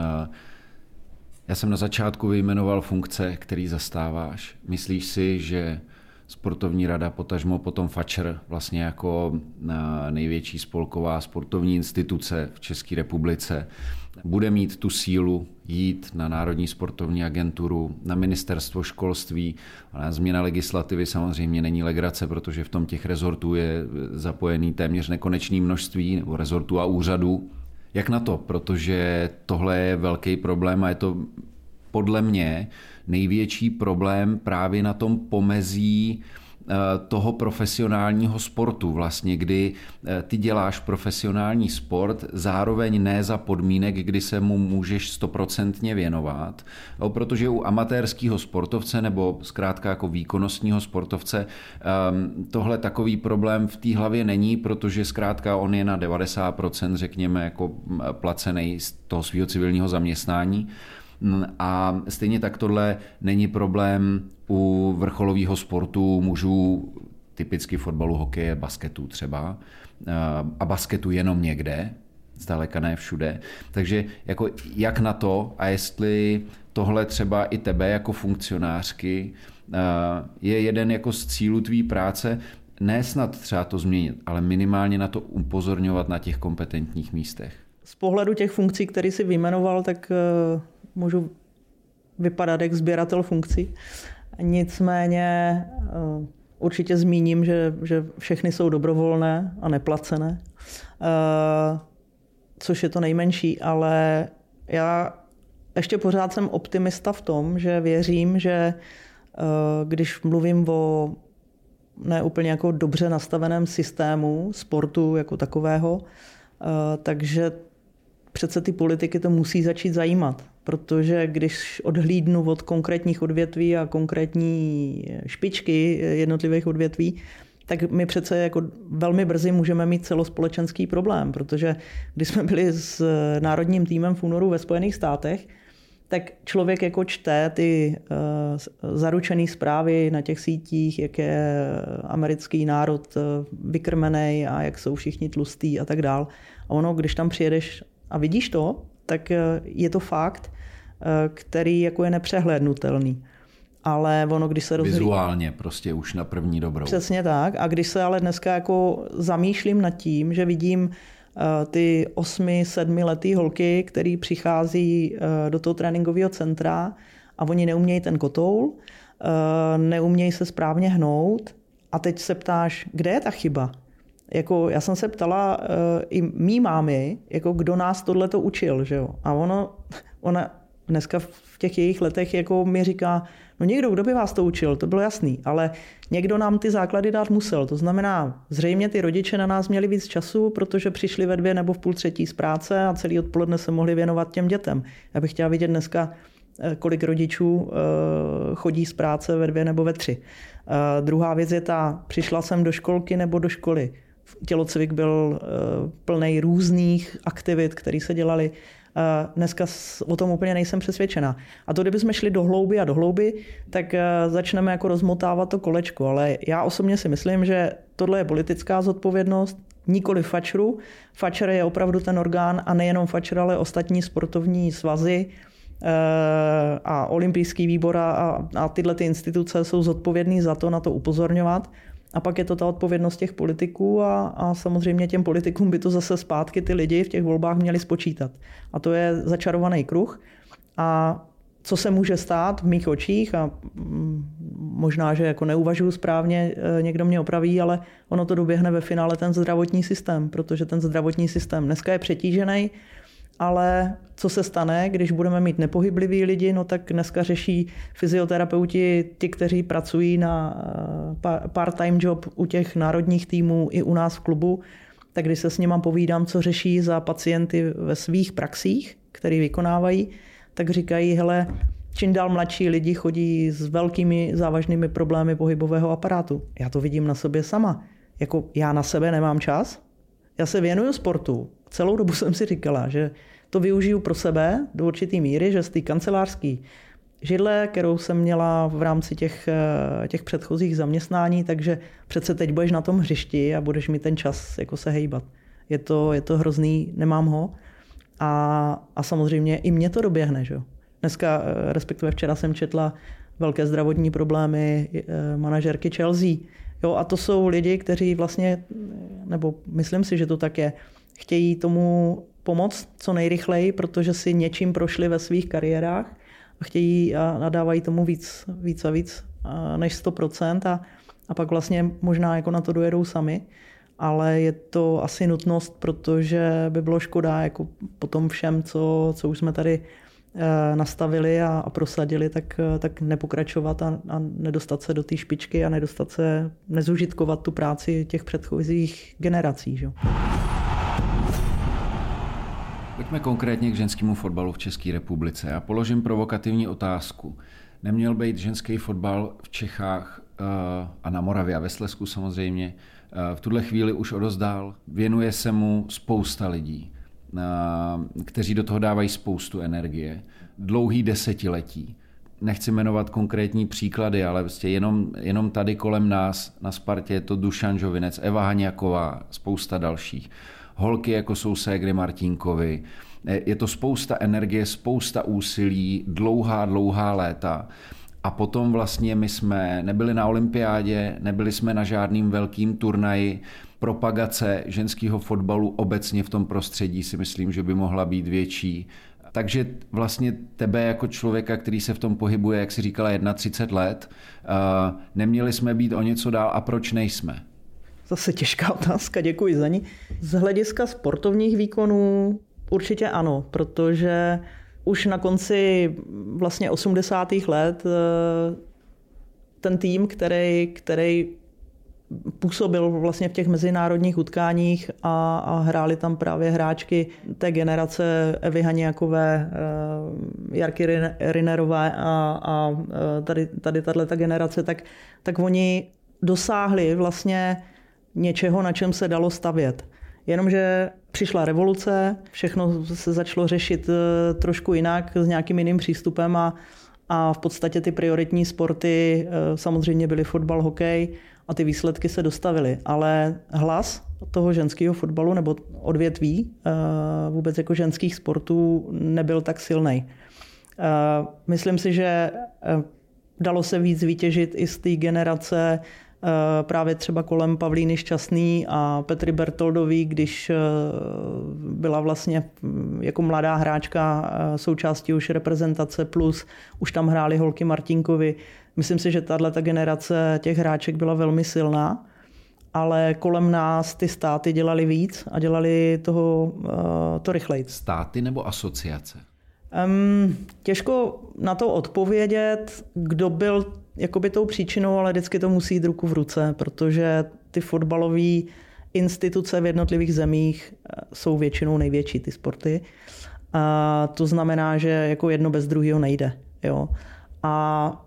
Já jsem na začátku vyjmenoval funkce, který zastáváš. Myslíš si, že sportovní rada, potažmo potom FAČR, vlastně jako největší spolková sportovní instituce v České republice, bude mít tu sílu jít na Národní sportovní agenturu, na ministerstvo školství. Ale změna legislativy samozřejmě není legrace, protože v tom těch rezortů je zapojený téměř nekonečné množství, nebo rezortů a úřadů. Jak na to? Protože tohle je velký problém a je to podle mě největší problém právě na tom pomezí toho profesionálního sportu, vlastně, kdy ty děláš profesionální sport, zároveň ne za podmínek, kdy se mu můžeš stoprocentně věnovat, no, protože u amatérského sportovce nebo zkrátka jako výkonnostního sportovce tohle takový problém v té hlavě není, protože zkrátka on je na devadesát procent, řekněme, jako placený z toho svého civilního zaměstnání. A stejně tak tohle není problém u vrcholového sportu mužů, typicky fotbalu, hokeje, basketu třeba. A basketu jenom někde, zdaleka ne všude. Takže jako jak na to a jestli tohle třeba i tebe jako funkcionářky je jeden jako z cílů tvý práce, ne snad třeba to změnit, ale minimálně na to upozorňovat na těch kompetentních místech.
Z pohledu těch funkcí, které jsi vyjmenoval, tak můžu vypadat jak sběratel funkcí. Nicméně určitě zmíním, že, že všechny jsou dobrovolné a neplacené, což je to nejmenší, ale já ještě pořád jsem optimista v tom, že věřím, že když mluvím o neúplně jako dobře nastaveném systému sportu jako takového, takže přece ty politiky to musí začít zajímat, protože když odhlídnu od konkrétních odvětví a konkrétní špičky jednotlivých odvětví, tak my přece jako velmi brzy můžeme mít celospolečenský problém, protože když jsme byli s národním týmem v únoru ve Spojených státech, tak člověk jako čte ty uh, zaručené zprávy na těch sítích, jak je americký národ uh, vykrmenej a jak jsou všichni tlustí a tak dál. A ono, když tam přijedeš a vidíš to, tak uh, je to fakt, uh, který jako je nepřehlédnutelný. Ale ono, když se rozhlí...
Vizuálně prostě už na první dobrou.
Přesně tak. A když se ale dneska jako zamýšlím nad tím, že vidím ty osmi, sedmiletý holky, který přichází do toho tréninkového centra a oni neumějí ten kotoul, neumějí se správně hnout a teď se ptáš, kde je ta chyba? Jako, já jsem se ptala i mý mámy, jako kdo nás tohleto učil, že jo? A ono, ona dneska v těch jejich letech jako mi říká, no někdo, kdo by vás to učil, to bylo jasný, ale někdo nám ty základy dát musel. To znamená, zřejmě ty rodiče na nás měli víc času, protože přišli ve dvě nebo v půl třetí z práce a celý odpoledne se mohli věnovat těm dětem. Já bych chtěla vidět dneska, kolik rodičů chodí z práce ve dvě nebo ve tři. Druhá věc je ta, přišla jsem do školky nebo do školy. Tělocvik byl plný různých aktivit, které se dělaly. Dneska o tom úplně nejsem přesvědčená. A to, kdybychom šli do hlouby a do hlouby, tak začneme jako rozmotávat to kolečko. Ale já osobně si myslím, že tohle je politická zodpovědnost, nikoli fačru. Fačer je opravdu ten orgán a nejenom fačer, ale ostatní sportovní svazy a olympijský výbor a, a tyhle ty instituce jsou zodpovědný za to na to upozorňovat. A pak je to ta odpovědnost těch politiků a, a samozřejmě těm politikům by to zase zpátky ty lidi v těch volbách měli spočítat. A to je začarovaný kruh. A co se může stát v mých očích, a možná, že jako neuvažuji správně, někdo mě opraví, ale ono to doběhne ve finále ten zdravotní systém, protože ten zdravotní systém dneska je přetížený, ale co se stane, když budeme mít nepohybliví lidi, no tak dneska řeší fyzioterapeuti, ti, kteří pracují na part-time job u těch národních týmů i u nás v klubu, tak když se s nima povídám, co řeší za pacienty ve svých praxích, který vykonávají, tak říkají, hele, čím dál mladší lidi chodí s velkými závažnými problémy pohybového aparátu. Já to vidím na sobě sama. Jako já na sebe nemám čas, já se věnuju sportu. Celou dobu jsem si říkala, že to využiju pro sebe do určitý míry, že z té kancelářské židle, kterou jsem měla v rámci těch, těch předchozích zaměstnání, takže přece teď budeš na tom hřišti a budeš mít ten čas jako se hejbat. Je to, je to hrozný, nemám ho. A, a samozřejmě i mě to doběhne. Že? Dneska, respektive včera jsem četla velké zdravotní problémy manažerky Chelsea. Jo, a to jsou lidi, kteří vlastně, nebo myslím si, že to tak je, chtějí tomu pomoct co nejrychleji, protože si něčím prošli ve svých kariérách a chtějí a nadávají tomu víc, víc a víc než sto procent a, a pak vlastně možná jako na to dojedou sami, ale je to asi nutnost, protože by bylo škoda jako po tom všem, co, co už jsme tady nastavili a, a prosadili, tak, tak nepokračovat a, a nedostat se do té špičky a nedostat se, nezužitkovat tu práci těch předchozích generací. Že?
Pojďme konkrétně k ženskému fotbalu v České republice. Já položím provokativní otázku. Neměl být ženský fotbal v Čechách a na Moravě a ve Slezsku samozřejmě v tuhle chvíli už odozdál. Věnuje se mu spousta lidí, kteří do toho dávají spoustu energie. Dlouhý desetiletí. Nechci jmenovat konkrétní příklady, ale prostě jenom, jenom tady kolem nás na Spartě je to Dušan Žovinec, Eva Haňaková, spousta dalších. Holky, jako jsou ségry Martínkovi. Je to spousta energie, spousta úsilí, dlouhá, dlouhá léta. A potom vlastně my jsme nebyli na olympiádě, nebyli jsme na žádným velkým turnaji. Propagace ženského fotbalu obecně v tom prostředí si myslím, že by mohla být větší. Takže vlastně tebe jako člověka, který se v tom pohybuje, jak jsi říkala, třicet jedna let, neměli jsme být o něco dál a proč nejsme?
Zase těžká otázka, děkuji za ní. Z hlediska sportovních výkonů určitě ano, protože už na konci vlastně osmdesátých let ten tým, který, který působil vlastně v těch mezinárodních utkáních a, a hráli tam právě hráčky té generace Evy Haňákové, Jarky Rinerové a, a tady, tady tato generace, tak, tak oni dosáhli vlastně něčeho, na čem se dalo stavět. Jenomže přišla revoluce, všechno se začalo řešit trošku jinak, s nějakým jiným přístupem a, a v podstatě ty prioritní sporty samozřejmě byly fotbal, hokej a ty výsledky se dostavily. Ale hlas toho ženského fotbalu nebo odvětví vůbec jako ženských sportů nebyl tak silný. Myslím si, že dalo se víc vytěžit i z té generace právě třeba kolem Pavlíny Šťastný a Petry Bertoldový, když byla vlastně jako mladá hráčka součástí už reprezentace, plus už tam hrály holky Martinkovi. Myslím si, že tato generace těch hráček byla velmi silná, ale kolem nás ty státy dělali víc a dělali toho to rychleji.
Státy nebo asociace?
Um, těžko na to odpovědět, kdo byl jakoby tou příčinou, ale vždycky to musí jít ruku v ruce, protože ty fotbalové instituce v jednotlivých zemích jsou většinou největší ty sporty. A to znamená, že jako jedno bez druhého nejde. Jo. A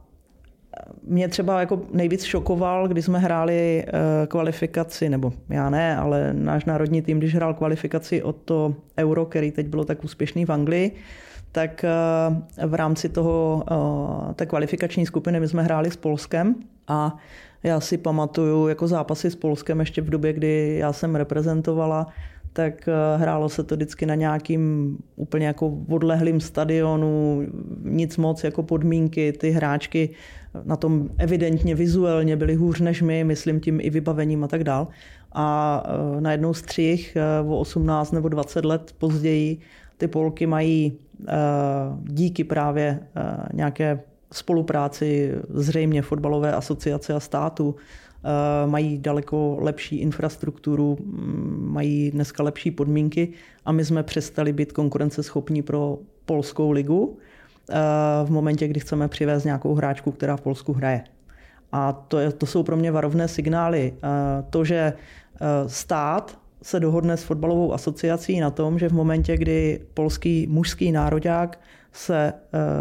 mě třeba jako nejvíc šokoval, když jsme hráli kvalifikaci, nebo já ne, ale náš národní tým, když hrál kvalifikaci o to Euro, který teď bylo tak úspěšný v Anglii, tak v rámci toho, té kvalifikační skupiny my jsme hráli s Polskem a já si pamatuju jako zápasy s Polskem ještě v době, kdy já jsem reprezentovala, tak hrálo se to vždycky na nějakým úplně jako odlehlým stadionu, nic moc jako podmínky, ty hráčky na tom evidentně vizuálně byly hůř než my, myslím tím i vybavením a tak dál. A najednou střih o osmnáct nebo dvacet let později ty Polky mají díky právě nějaké spolupráci zřejmě fotbalové asociace a státu, mají daleko lepší infrastrukturu, mají dneska lepší podmínky a my jsme přestali být konkurenceschopní pro polskou ligu v momentě, kdy chceme přivést nějakou hráčku, která v Polsku hraje. A to, je, to jsou pro mě varovné signály. To, že stát se dohodne s fotbalovou asociací na tom, že v momentě, kdy polský mužský nároďák se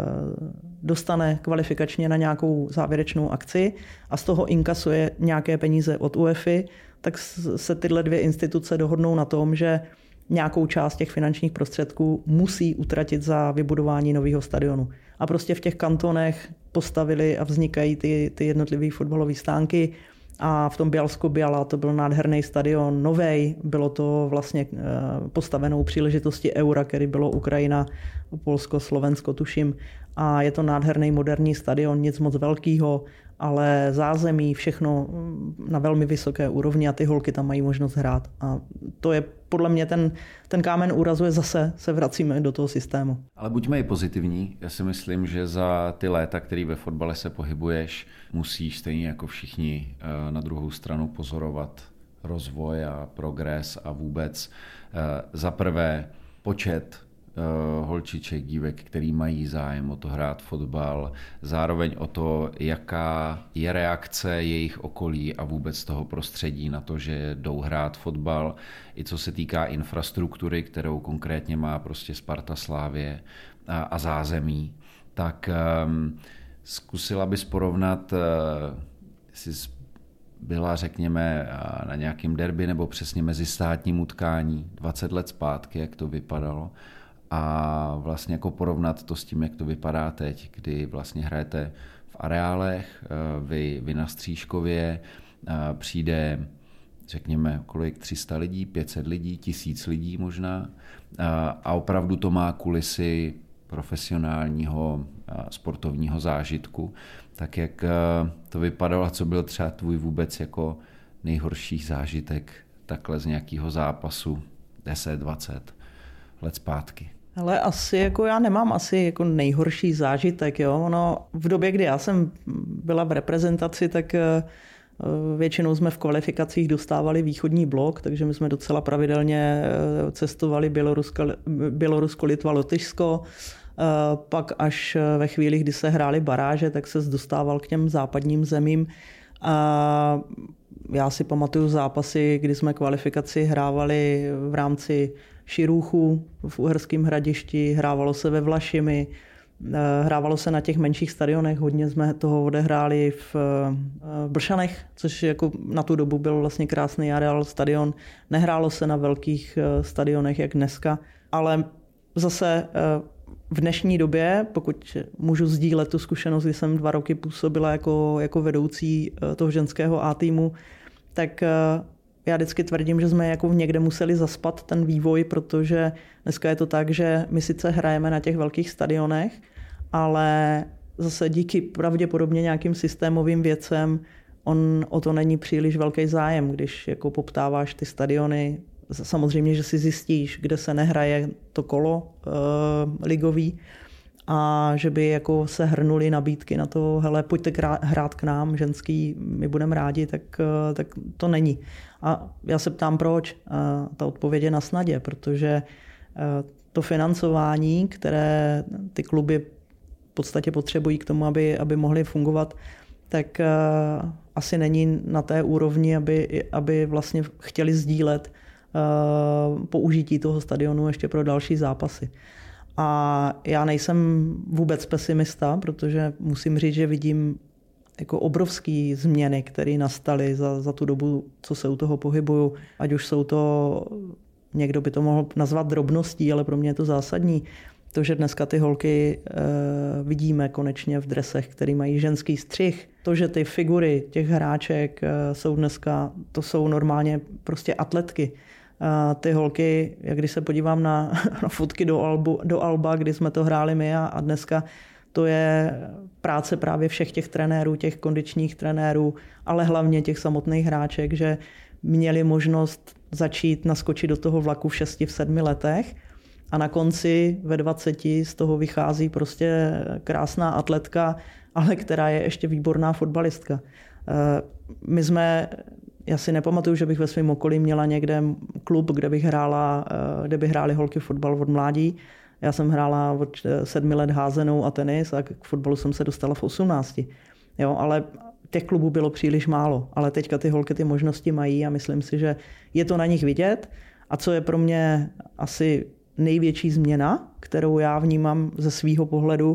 dostane kvalifikačně na nějakou závěrečnou akci a z toho inkasuje nějaké peníze od UEFA, tak se tyhle dvě instituce dohodnou na tom, že nějakou část těch finančních prostředků musí utratit za vybudování nového stadionu. A prostě v těch kantonech postavili a vznikají ty, ty jednotlivé fotbalové stánky. A v tom Bialsko-Biala to byl nádherný stadion, novej, bylo to vlastně postavenou příležitosti Eura, který bylo Ukrajina, Polsko, Slovensko, tuším. A je to nádherný moderní stadion, nic moc velkýho, ale zázemí, všechno na velmi vysoké úrovni a ty holky tam mají možnost hrát. A to je podle mě ten, ten kámen úrazu je zase, se vracíme do toho systému.
Ale buďme i pozitivní. Já si myslím, že za ty léta, který ve fotbale se pohybuješ, musíš stejně jako všichni na druhou stranu pozorovat rozvoj a progres a vůbec za prvé počet holčiček, dívek, který mají zájem o to hrát fotbal, zároveň o to, jaká je reakce jejich okolí a vůbec toho prostředí na to, že jdou hrát fotbal, i co se týká infrastruktury, kterou konkrétně má prostě Sparta, Slavie a, a zázemí, tak um, zkusila bys porovnat, uh, jestli byla, řekněme, na nějakém derby nebo přesně mezistátním utkání dvacet let zpátky, jak to vypadalo, a vlastně jako porovnat to s tím, jak to vypadá teď, kdy vlastně hrajete v areálech, vy, vy na Stříškově, přijde, řekněme, kolik tři sta lidí, pět set lidí, tisíc lidí možná a opravdu to má kulisy profesionálního sportovního zážitku. Tak jak to vypadalo a co byl třeba tvůj vůbec jako nejhorší zážitek takhle z nějakého zápasu deset dvacet let zpátky?
Ale asi jako já nemám asi jako nejhorší zážitek. Jo? Ono, v době, kdy já jsem byla v reprezentaci, tak většinou jsme v kvalifikacích dostávali východní blok, takže my jsme docela pravidelně cestovali Bělorusko, Bělorusko Litva, Lotyšsko. Pak až ve chvíli, kdy se hrály baráže, tak se dostával k těm západním zemím. A já si pamatuju zápasy, kdy jsme kvalifikaci hrávali v rámci Širuchu v Uherském Hradišti, hrávalo se ve Vlašimi, Hrávalo se na těch menších stadionech, hodně jsme toho odehráli v Blšanech, což jako na tu dobu byl vlastně krásný areál stadion. Nehrálo se na velkých stadionech jak dneska, ale zase v dnešní době, pokud můžu sdílet tu zkušenost, kdy jsem dva roky působila jako, jako vedoucí toho ženského A týmu, tak já vždycky tvrdím, že jsme jako někde museli zaspat ten vývoj, protože dneska je to tak, že my sice hrajeme na těch velkých stadionech, ale zase díky pravděpodobně nějakým systémovým věcem on o to není příliš velký zájem, když jako poptáváš ty stadiony. Samozřejmě, že si zjistíš, kde se nehraje to kolo e, ligový a že by jako se hrnuly nabídky na to, hele, pojďte hrát k nám, ženský, my budeme rádi, tak, tak to není. A já se ptám, proč? A ta odpověď je na snadě, protože to financování, které ty kluby v podstatě potřebují k tomu, aby, aby mohly fungovat, tak asi není na té úrovni, aby, aby vlastně chtěli sdílet použití toho stadionu ještě pro další zápasy. A já nejsem vůbec pesimista, protože musím říct, že vidím jako obrovské změny, které nastaly za, za tu dobu, co se u toho pohybuju. Ať už jsou to, někdo by to mohl nazvat drobností, ale pro mě je to zásadní. To, že dneska ty holky e, vidíme konečně v dresech, které mají ženský střih. To, že ty figury těch hráček e, jsou dneska, to jsou normálně prostě atletky. Ty holky, jak když se podívám na, na fotky do, Albu, do Alba, kdy jsme to hráli my a, a dneska to je práce právě všech těch trenérů, těch kondičních trenérů, ale hlavně těch samotných hráček, že měli možnost začít naskočit do toho vlaku v šesti, v sedmi letech a na konci ve dvaceti z toho vychází prostě krásná atletka, ale která je ještě výborná fotbalistka. My jsme Já si nepamatuju, že bych ve svém okolí měla někde klub, kde bych hrála, kde by hrály holky fotbal od mládí. Já jsem hrála od sedmi let házenou a tenis a k fotbalu jsem se dostala v osmnácti. Jo, ale těch klubů bylo příliš málo. Ale teďka ty holky ty možnosti mají a myslím si, že je to na nich vidět. A co je pro mě asi největší změna, kterou já vnímám ze svýho pohledu,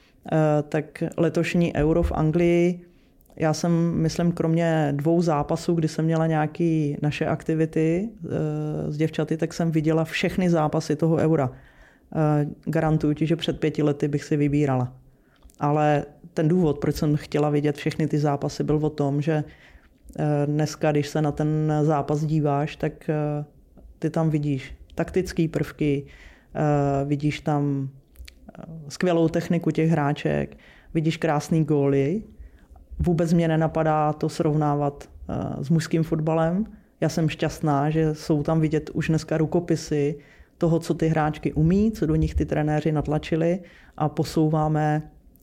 tak letošní Euro v Anglii. Já jsem, myslím, kromě dvou zápasů, kdy jsem měla nějaké naše aktivity e, s děvčaty, tak jsem viděla všechny zápasy toho Eura. E, garantuju ti, že před pěti lety bych si vybírala. Ale ten důvod, proč jsem chtěla vidět všechny ty zápasy, byl o tom, že e, dneska, když se na ten zápas díváš, tak e, ty tam vidíš taktické prvky, e, vidíš tam skvělou techniku těch hráček, vidíš krásný góly. Vůbec mě nenapadá to srovnávat s mužským fotbalem. Já jsem šťastná, že jsou tam vidět už dneska rukopisy toho, co ty hráčky umí, co do nich ty trenéři natlačili a posouváme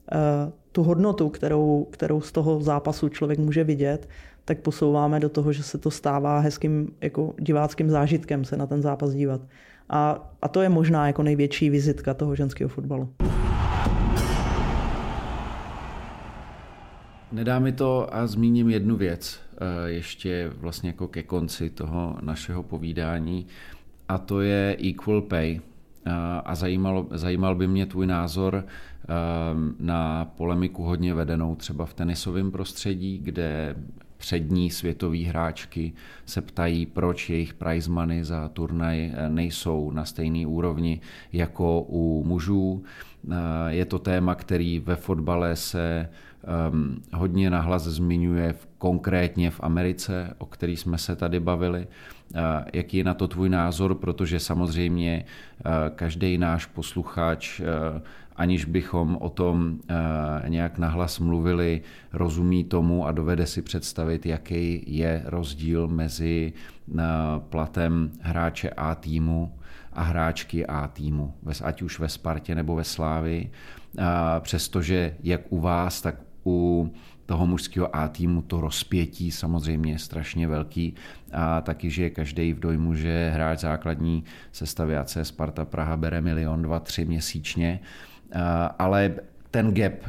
tu hodnotu, kterou, kterou z toho zápasu člověk může vidět, tak posouváme do toho, že se to stává hezkým jako diváckým zážitkem se na ten zápas dívat. A, a to je možná jako největší vizitka toho ženského fotbalu.
Nedá mi to a zmíním jednu věc ještě vlastně jako ke konci toho našeho povídání a to je equal pay. A zajímalo, zajímal by mě tvůj názor na polemiku hodně vedenou třeba v tenisovém prostředí, kde přední světové hráčky se ptají, proč jejich prize money za turnaj nejsou na stejné úrovni jako u mužů. Je to téma, který ve fotbale se um, hodně nahlas zmiňuje v, konkrétně v Americe, o který jsme se tady bavili. Uh, jaký je na to tvůj názor, protože samozřejmě uh, každý náš posluchač, uh, aniž bychom o tom uh, nějak nahlas mluvili, rozumí tomu a dovede si představit, jaký je rozdíl mezi uh, platem hráče A týmu a hráčky A týmu, ať už ve Spartě nebo ve Slávii. Přestože jak u vás, tak u toho mužského A týmu to rozpětí samozřejmě je strašně velký a taky, že každý v dojmu, že hráč základní sestavy A C Sparta Praha bere milion, dva, tři měsíčně, ale ten gap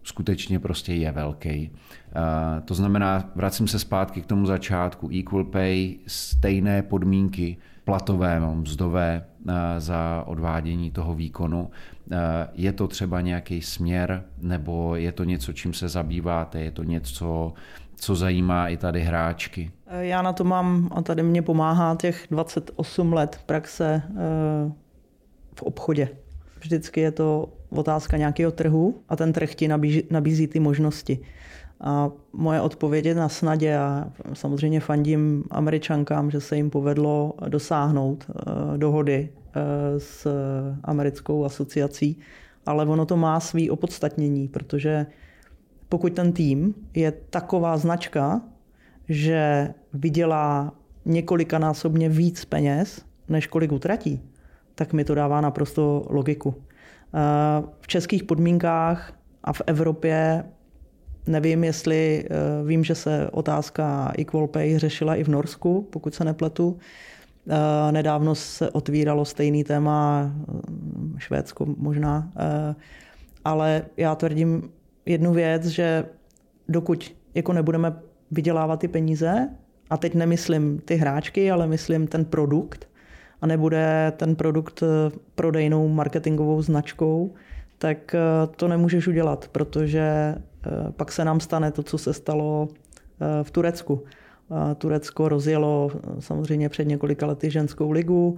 skutečně prostě je velký. To znamená, vracím se zpátky k tomu začátku, equal pay, stejné podmínky platové, mzdové za odvádění toho výkonu. Je to třeba nějaký směr, nebo je to něco, čím se zabýváte, je to něco, co zajímá i tady hráčky?
Já na to mám, a tady mě pomáhá těch dvacet osm let praxe v obchodě. Vždycky je to otázka nějakého trhu a ten trh ti nabízí, nabízí ty možnosti. A moje odpověď je na snadě a samozřejmě fandím Američankám, že se jim povedlo dosáhnout dohody s americkou asociací, ale ono to má svý opodstatnění, protože pokud ten tým je taková značka, že vydělá několikanásobně víc peněz, než kolik utratí, tak mi to dává naprosto logiku. V českých podmínkách a v Evropě nevím, jestli vím, že se otázka equal pay řešila i v Norsku, pokud se nepletu. Nedávno se otvíralo stejný téma, Švédsko možná, ale já tvrdím jednu věc, že dokud jako nebudeme vydělávat ty peníze, a teď nemyslím ty hráčky, ale myslím ten produkt, a nebude ten produkt prodejnou marketingovou značkou, tak to nemůžeš udělat, protože pak se nám stane to, co se stalo v Turecku. Turecko rozjelo samozřejmě před několika lety ženskou ligu,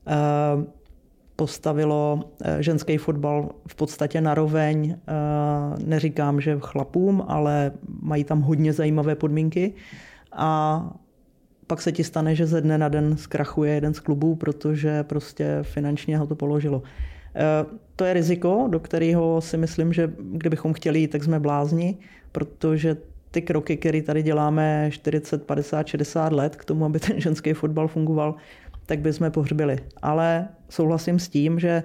postavilo ženský fotbal v podstatě naroveň, neříkám, že chlapům, ale mají tam hodně zajímavé podmínky. A pak se ti stane, že ze dne na den zkrachuje jeden z klubů, protože prostě finančně ho to položilo. To je riziko, do kterého si myslím, že kdybychom chtěli jít, tak jsme blázni, protože ty kroky, které tady děláme čtyřicet, padesát, šedesát let k tomu, aby ten ženský fotbal fungoval, tak bychom pohřbili. Ale souhlasím s tím, že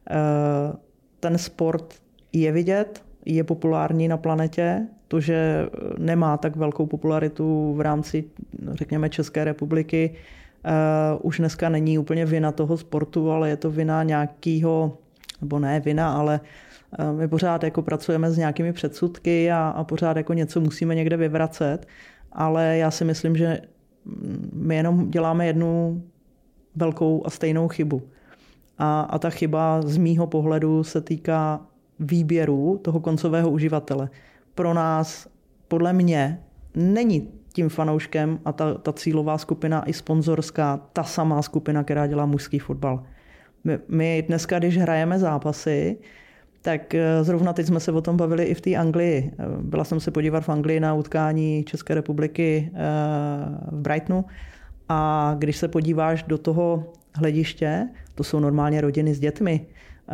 ten sport je vidět, je populární na planetě. To, že nemá tak velkou popularitu v rámci, řekněme, České republiky, už dneska není úplně vina toho sportu, ale je to vina nějakého, nebo ne vina, ale my pořád jako pracujeme s nějakými předsudky a, a pořád jako něco musíme někde vyvracet, ale já si myslím, že my jenom děláme jednu velkou a stejnou chybu. A, a ta chyba z mýho pohledu se týká výběru toho koncového uživatele. Pro nás, podle mě, není tím fanouškem a ta, ta cílová skupina i sponzorská, ta samá skupina, která dělá mužský fotbal. My, my dneska, když hrajeme zápasy, tak zrovna teď jsme se o tom bavili i v té Anglii. Byla jsem se podívat v Anglii na utkání České republiky v Brightonu a když se podíváš do toho hlediště, to jsou normálně rodiny s dětmi,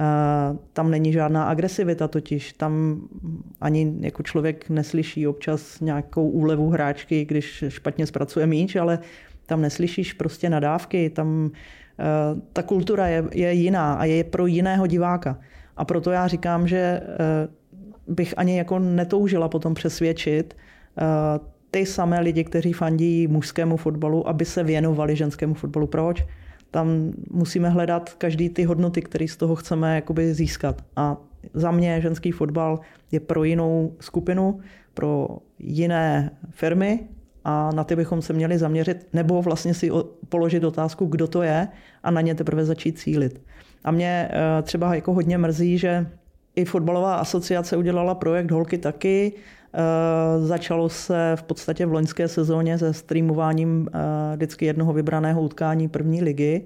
tam není žádná agresivita totiž, tam ani jako člověk neslyší občas nějakou úlevu hráčky, když špatně zpracuje míč, ale tam neslyšíš prostě nadávky, tam ta kultura je, je jiná a je pro jiného diváka. A proto já říkám, že bych ani jako netoužila potom přesvědčit ty samé lidi, kteří fandí mužskému fotbalu, aby se věnovali ženskému fotbalu. Proč? Tam musíme hledat každý ty hodnoty, které z toho chceme jakoby získat. A za mě ženský fotbal je pro jinou skupinu, pro jiné firmy a na ty bychom se měli zaměřit, nebo vlastně si položit otázku, kdo to je a na ně teprve začít cílit. A mě třeba jako hodně mrzí, že i fotbalová asociace udělala projekt Holky taky. Začalo se v podstatě v loňské sezóně se streamováním vždycky jednoho vybraného utkání první ligy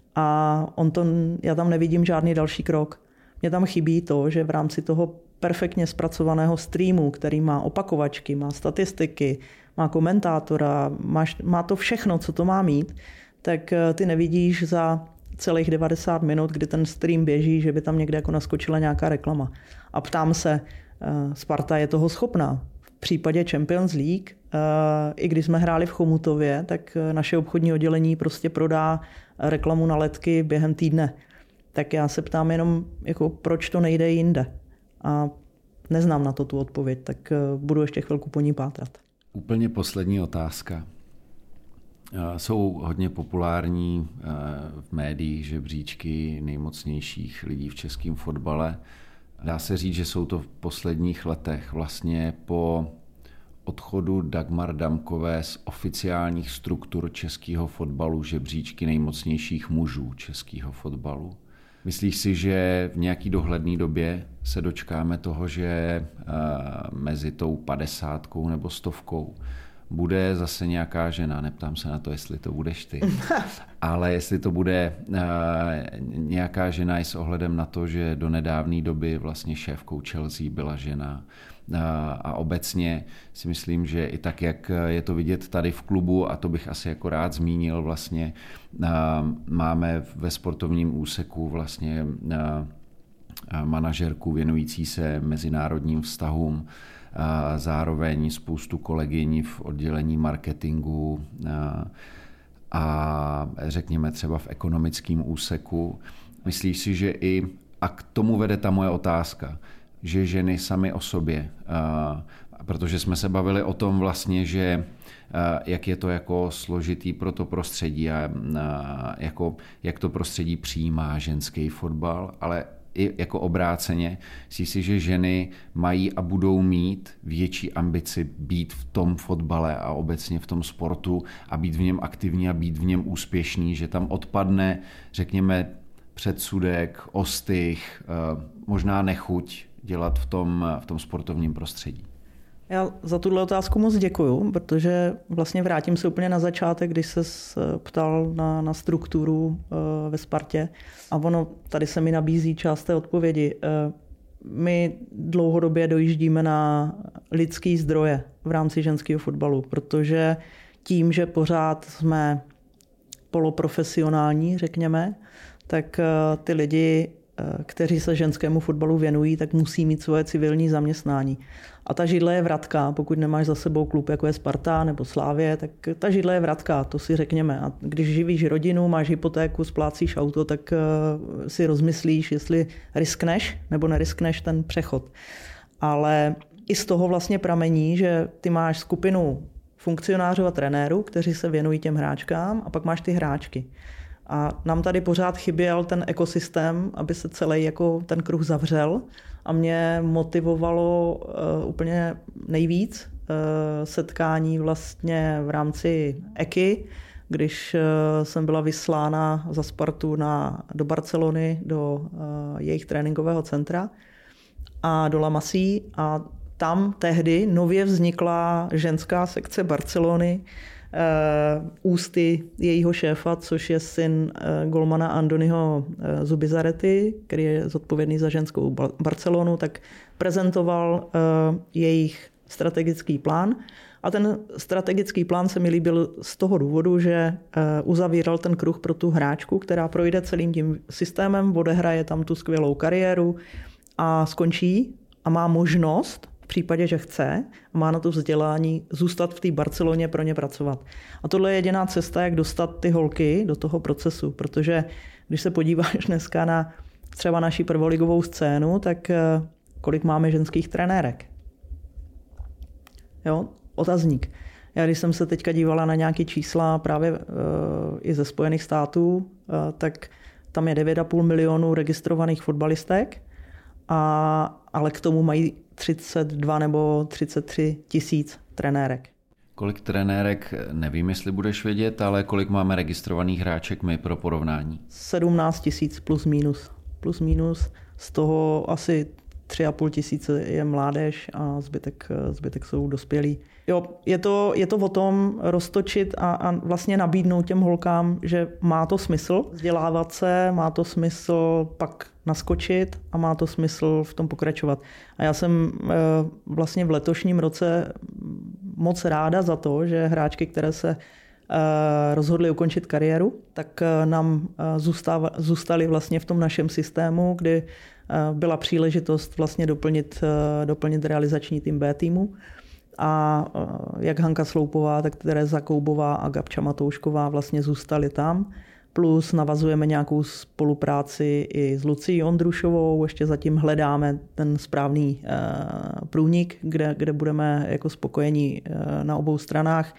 a on to, já tam nevidím žádný další krok. Mně tam chybí to, že v rámci toho perfektně zpracovaného streamu, který má opakovačky, má statistiky, má komentátora, má, má to všechno, co to má mít, tak ty nevidíš za celých devadesát minut, kdy ten stream běží, že by tam někde jako naskočila nějaká reklama. A ptám se, Sparta je toho schopná. V případě Champions League, i když jsme hráli v Chomutově, tak naše obchodní oddělení prostě prodá reklamu na ledky během týdne. Tak já se ptám jenom, jako, proč to nejde jinde. A neznám na to tu odpověď, tak budu ještě chvilku po ní pátrat.
Úplně poslední otázka. Jsou hodně populární v médiích žebříčky nejmocnějších lidí v českém fotbale. Dá se říct, že jsou to v posledních letech vlastně po odchodu Dagmar Damkové z oficiálních struktur českého fotbalu žebříčky nejmocnějších mužů českého fotbalu. Myslíš si, že v nějaký dohledné době se dočkáme toho, že mezi tou padesátkou nebo stovkou bude zase nějaká žena, neptám se na to, jestli to budeš ty, ale jestli to bude nějaká žena i s ohledem na to, že do nedávné doby vlastně šéfkou Chelsea byla žena. A obecně si myslím, že i tak, jak je to vidět tady v klubu, a to bych asi jako rád zmínil, vlastně máme ve sportovním úseku vlastně manažerku věnující se mezinárodním vztahům, a zároveň spoustu kolegyň v oddělení marketingu a, a řekněme třeba v ekonomickém úseku. Myslíš si, že i, a k tomu vede ta moje otázka, že ženy sami o sobě, a, protože jsme se bavili o tom vlastně, že a, jak je to jako složitý pro to prostředí a, a jako, jak to prostředí přijímá ženský fotbal, ale i jako obráceně, si si, že ženy mají a budou mít větší ambici být v tom fotbale a obecně v tom sportu a být v něm aktivní a být v něm úspěšný, že tam odpadne, řekněme, předsudek, ostych, možná nechuť dělat v tom, v tom sportovním prostředí.
Já za tuhle otázku moc děkuju, protože vlastně vrátím se úplně na začátek, když ses ptal na, na strukturu ve Spartě a ono tady se mi nabízí část té odpovědi. My dlouhodobě dojíždíme na lidský zdroje v rámci ženského fotbalu, protože tím, že pořád jsme poloprofesionální, řekněme, tak ty lidi, kteří se ženskému fotbalu věnují, tak musí mít svoje civilní zaměstnání. A ta židle je vratká, pokud nemáš za sebou klub, jako je Sparta nebo Slavie, tak ta židle je vratká, to si řekněme. A když živíš rodinu, máš hypotéku, splácíš auto, tak si rozmyslíš, jestli riskneš nebo neriskneš ten přechod. Ale i z toho vlastně pramení, že ty máš skupinu funkcionářů a trenérů, kteří se věnují těm hráčkám, a pak máš ty hráčky. A nám tady pořád chyběl ten ekosystém, aby se celý jako ten kruh zavřel. A mě motivovalo uh, úplně nejvíc uh, setkání vlastně v rámci E K I, když uh, jsem byla vyslána za Spartu na, do Barcelony, do uh, jejich tréninkového centra a do La Masie. A tam tehdy nově vznikla ženská sekce Barcelony, ústy jejího šéfa, což je syn golmana Andoniho Zubizarrety, který je zodpovědný za ženskou Barcelonu, tak prezentoval jejich strategický plán. A ten strategický plán se mi líbil z toho důvodu, že uzavíral ten kruh pro tu hráčku, která projde celým tím systémem, odehraje tam tu skvělou kariéru a skončí a má možnost, v případě, že chce a má na to vzdělání, zůstat v té Barceloně, pro ně pracovat. A tohle je jediná cesta, jak dostat ty holky do toho procesu, protože když se podíváš dneska na třeba naši prvoligovou scénu, tak kolik máme ženských trenérek? Jo, otazník. Já když jsem se teďka dívala na nějaké čísla právě uh, i ze Spojených států, uh, tak tam je devět a půl milionu registrovaných fotbalistek, a, ale k tomu mají třicet dva nebo třicet tři tisíc trenérek.
Kolik trenérek, nevím, jestli budeš vědět, ale kolik máme registrovaných hráček my pro porovnání?
sedmnáct tisíc plus minus. Plus minus, z toho asi tři a půl tisíce je mládež a zbytek, zbytek jsou dospělí. Jo, je to, je to o tom roztočit a, a vlastně nabídnout těm holkám, že má to smysl vzdělávat se, má to smysl pak naskočit a má to smysl v tom pokračovat. A já jsem vlastně v letošním roce moc ráda za to, že hráčky, které se rozhodly ukončit kariéru, tak nám zůstaly vlastně v tom našem systému, kdy byla příležitost vlastně doplnit, doplnit realizační tým B týmu. A jak Hanka Sloupová, tak Tereza Koubová a Gabča Matoušková vlastně zůstaly tam. Plus navazujeme nějakou spolupráci i s Lucí Ondrušovou, ještě zatím hledáme ten správný průnik, kde, kde budeme jako spokojení na obou stranách.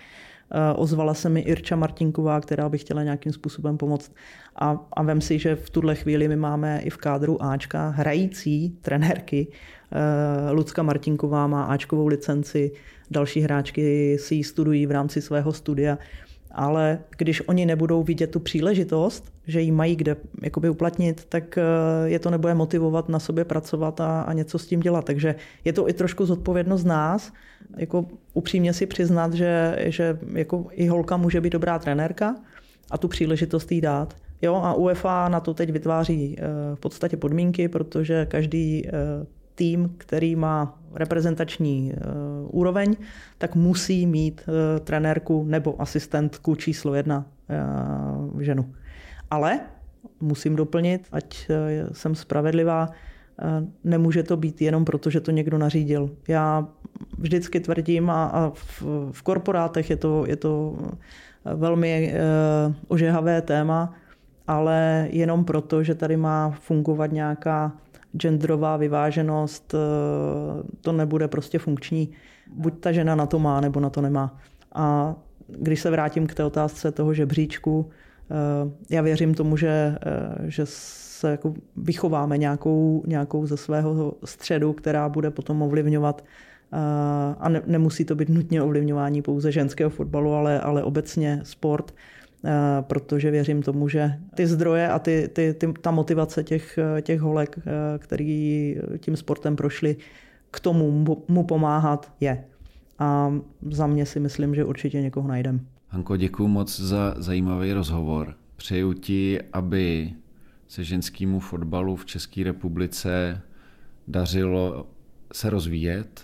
ozvala se mi Irča Martinková, která by chtěla nějakým způsobem pomoct. A, a vem si, že v tuhle chvíli my máme i v kádru Ačka hrající trenérky. Lucka Martinková má Ačkovou licenci, další hráčky si ji studují v rámci svého studia. Ale když oni nebudou vidět tu příležitost, že ji mají kde jakoby uplatnit, tak je to nebude motivovat na sobě pracovat a, a něco s tím dělat. Takže je to i trošku zodpovědnost nás, jako upřímně si přiznat, že, že jako i holka může být dobrá trenérka a tu příležitost jí dát. Jo, a UEFA na to teď vytváří v podstatě podmínky, protože každý tým, který má reprezentační uh, úroveň, tak musí mít uh, trenérku nebo asistentku číslo jedna uh, ženu. Ale musím doplnit, ať uh, jsem spravedlivá, uh, nemůže to být jenom proto, že to někdo nařídil. Já vždycky tvrdím a, a v, v korporátech je to, je to velmi uh, ožehavé téma, ale jenom proto, že tady má fungovat nějaká genderová vyváženost, to nebude prostě funkční. Buď ta žena na to má, nebo na to nemá. A když se vrátím k té otázce toho žebříčku, já věřím tomu, že, že se jako vychováme nějakou, nějakou ze svého středu, která bude potom ovlivňovat, a ne, nemusí to být nutně ovlivňování pouze ženského fotbalu, ale, ale obecně sport, protože věřím tomu, že ty zdroje a ty, ty, ty, ta motivace těch, těch holek, který tím sportem prošli, k tomu mu pomáhat je. A za mě si myslím, že určitě někoho najdem.
Hanko, děkuji moc za zajímavý rozhovor. Přeju ti, aby se ženskému fotbalu v České republice dařilo se rozvíjet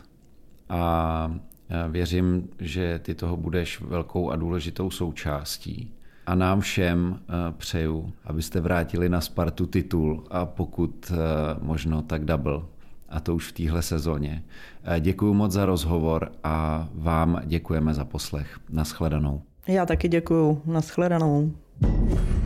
a věřím, že ty toho budeš velkou a důležitou součástí. A nám všem přeju, abyste vrátili na Spartu titul a pokud možno, tak double. A to už v téhle sezóně. Děkuji moc za rozhovor a vám děkujeme za poslech. Nashledanou.
Já taky děkuju. Nashledanou.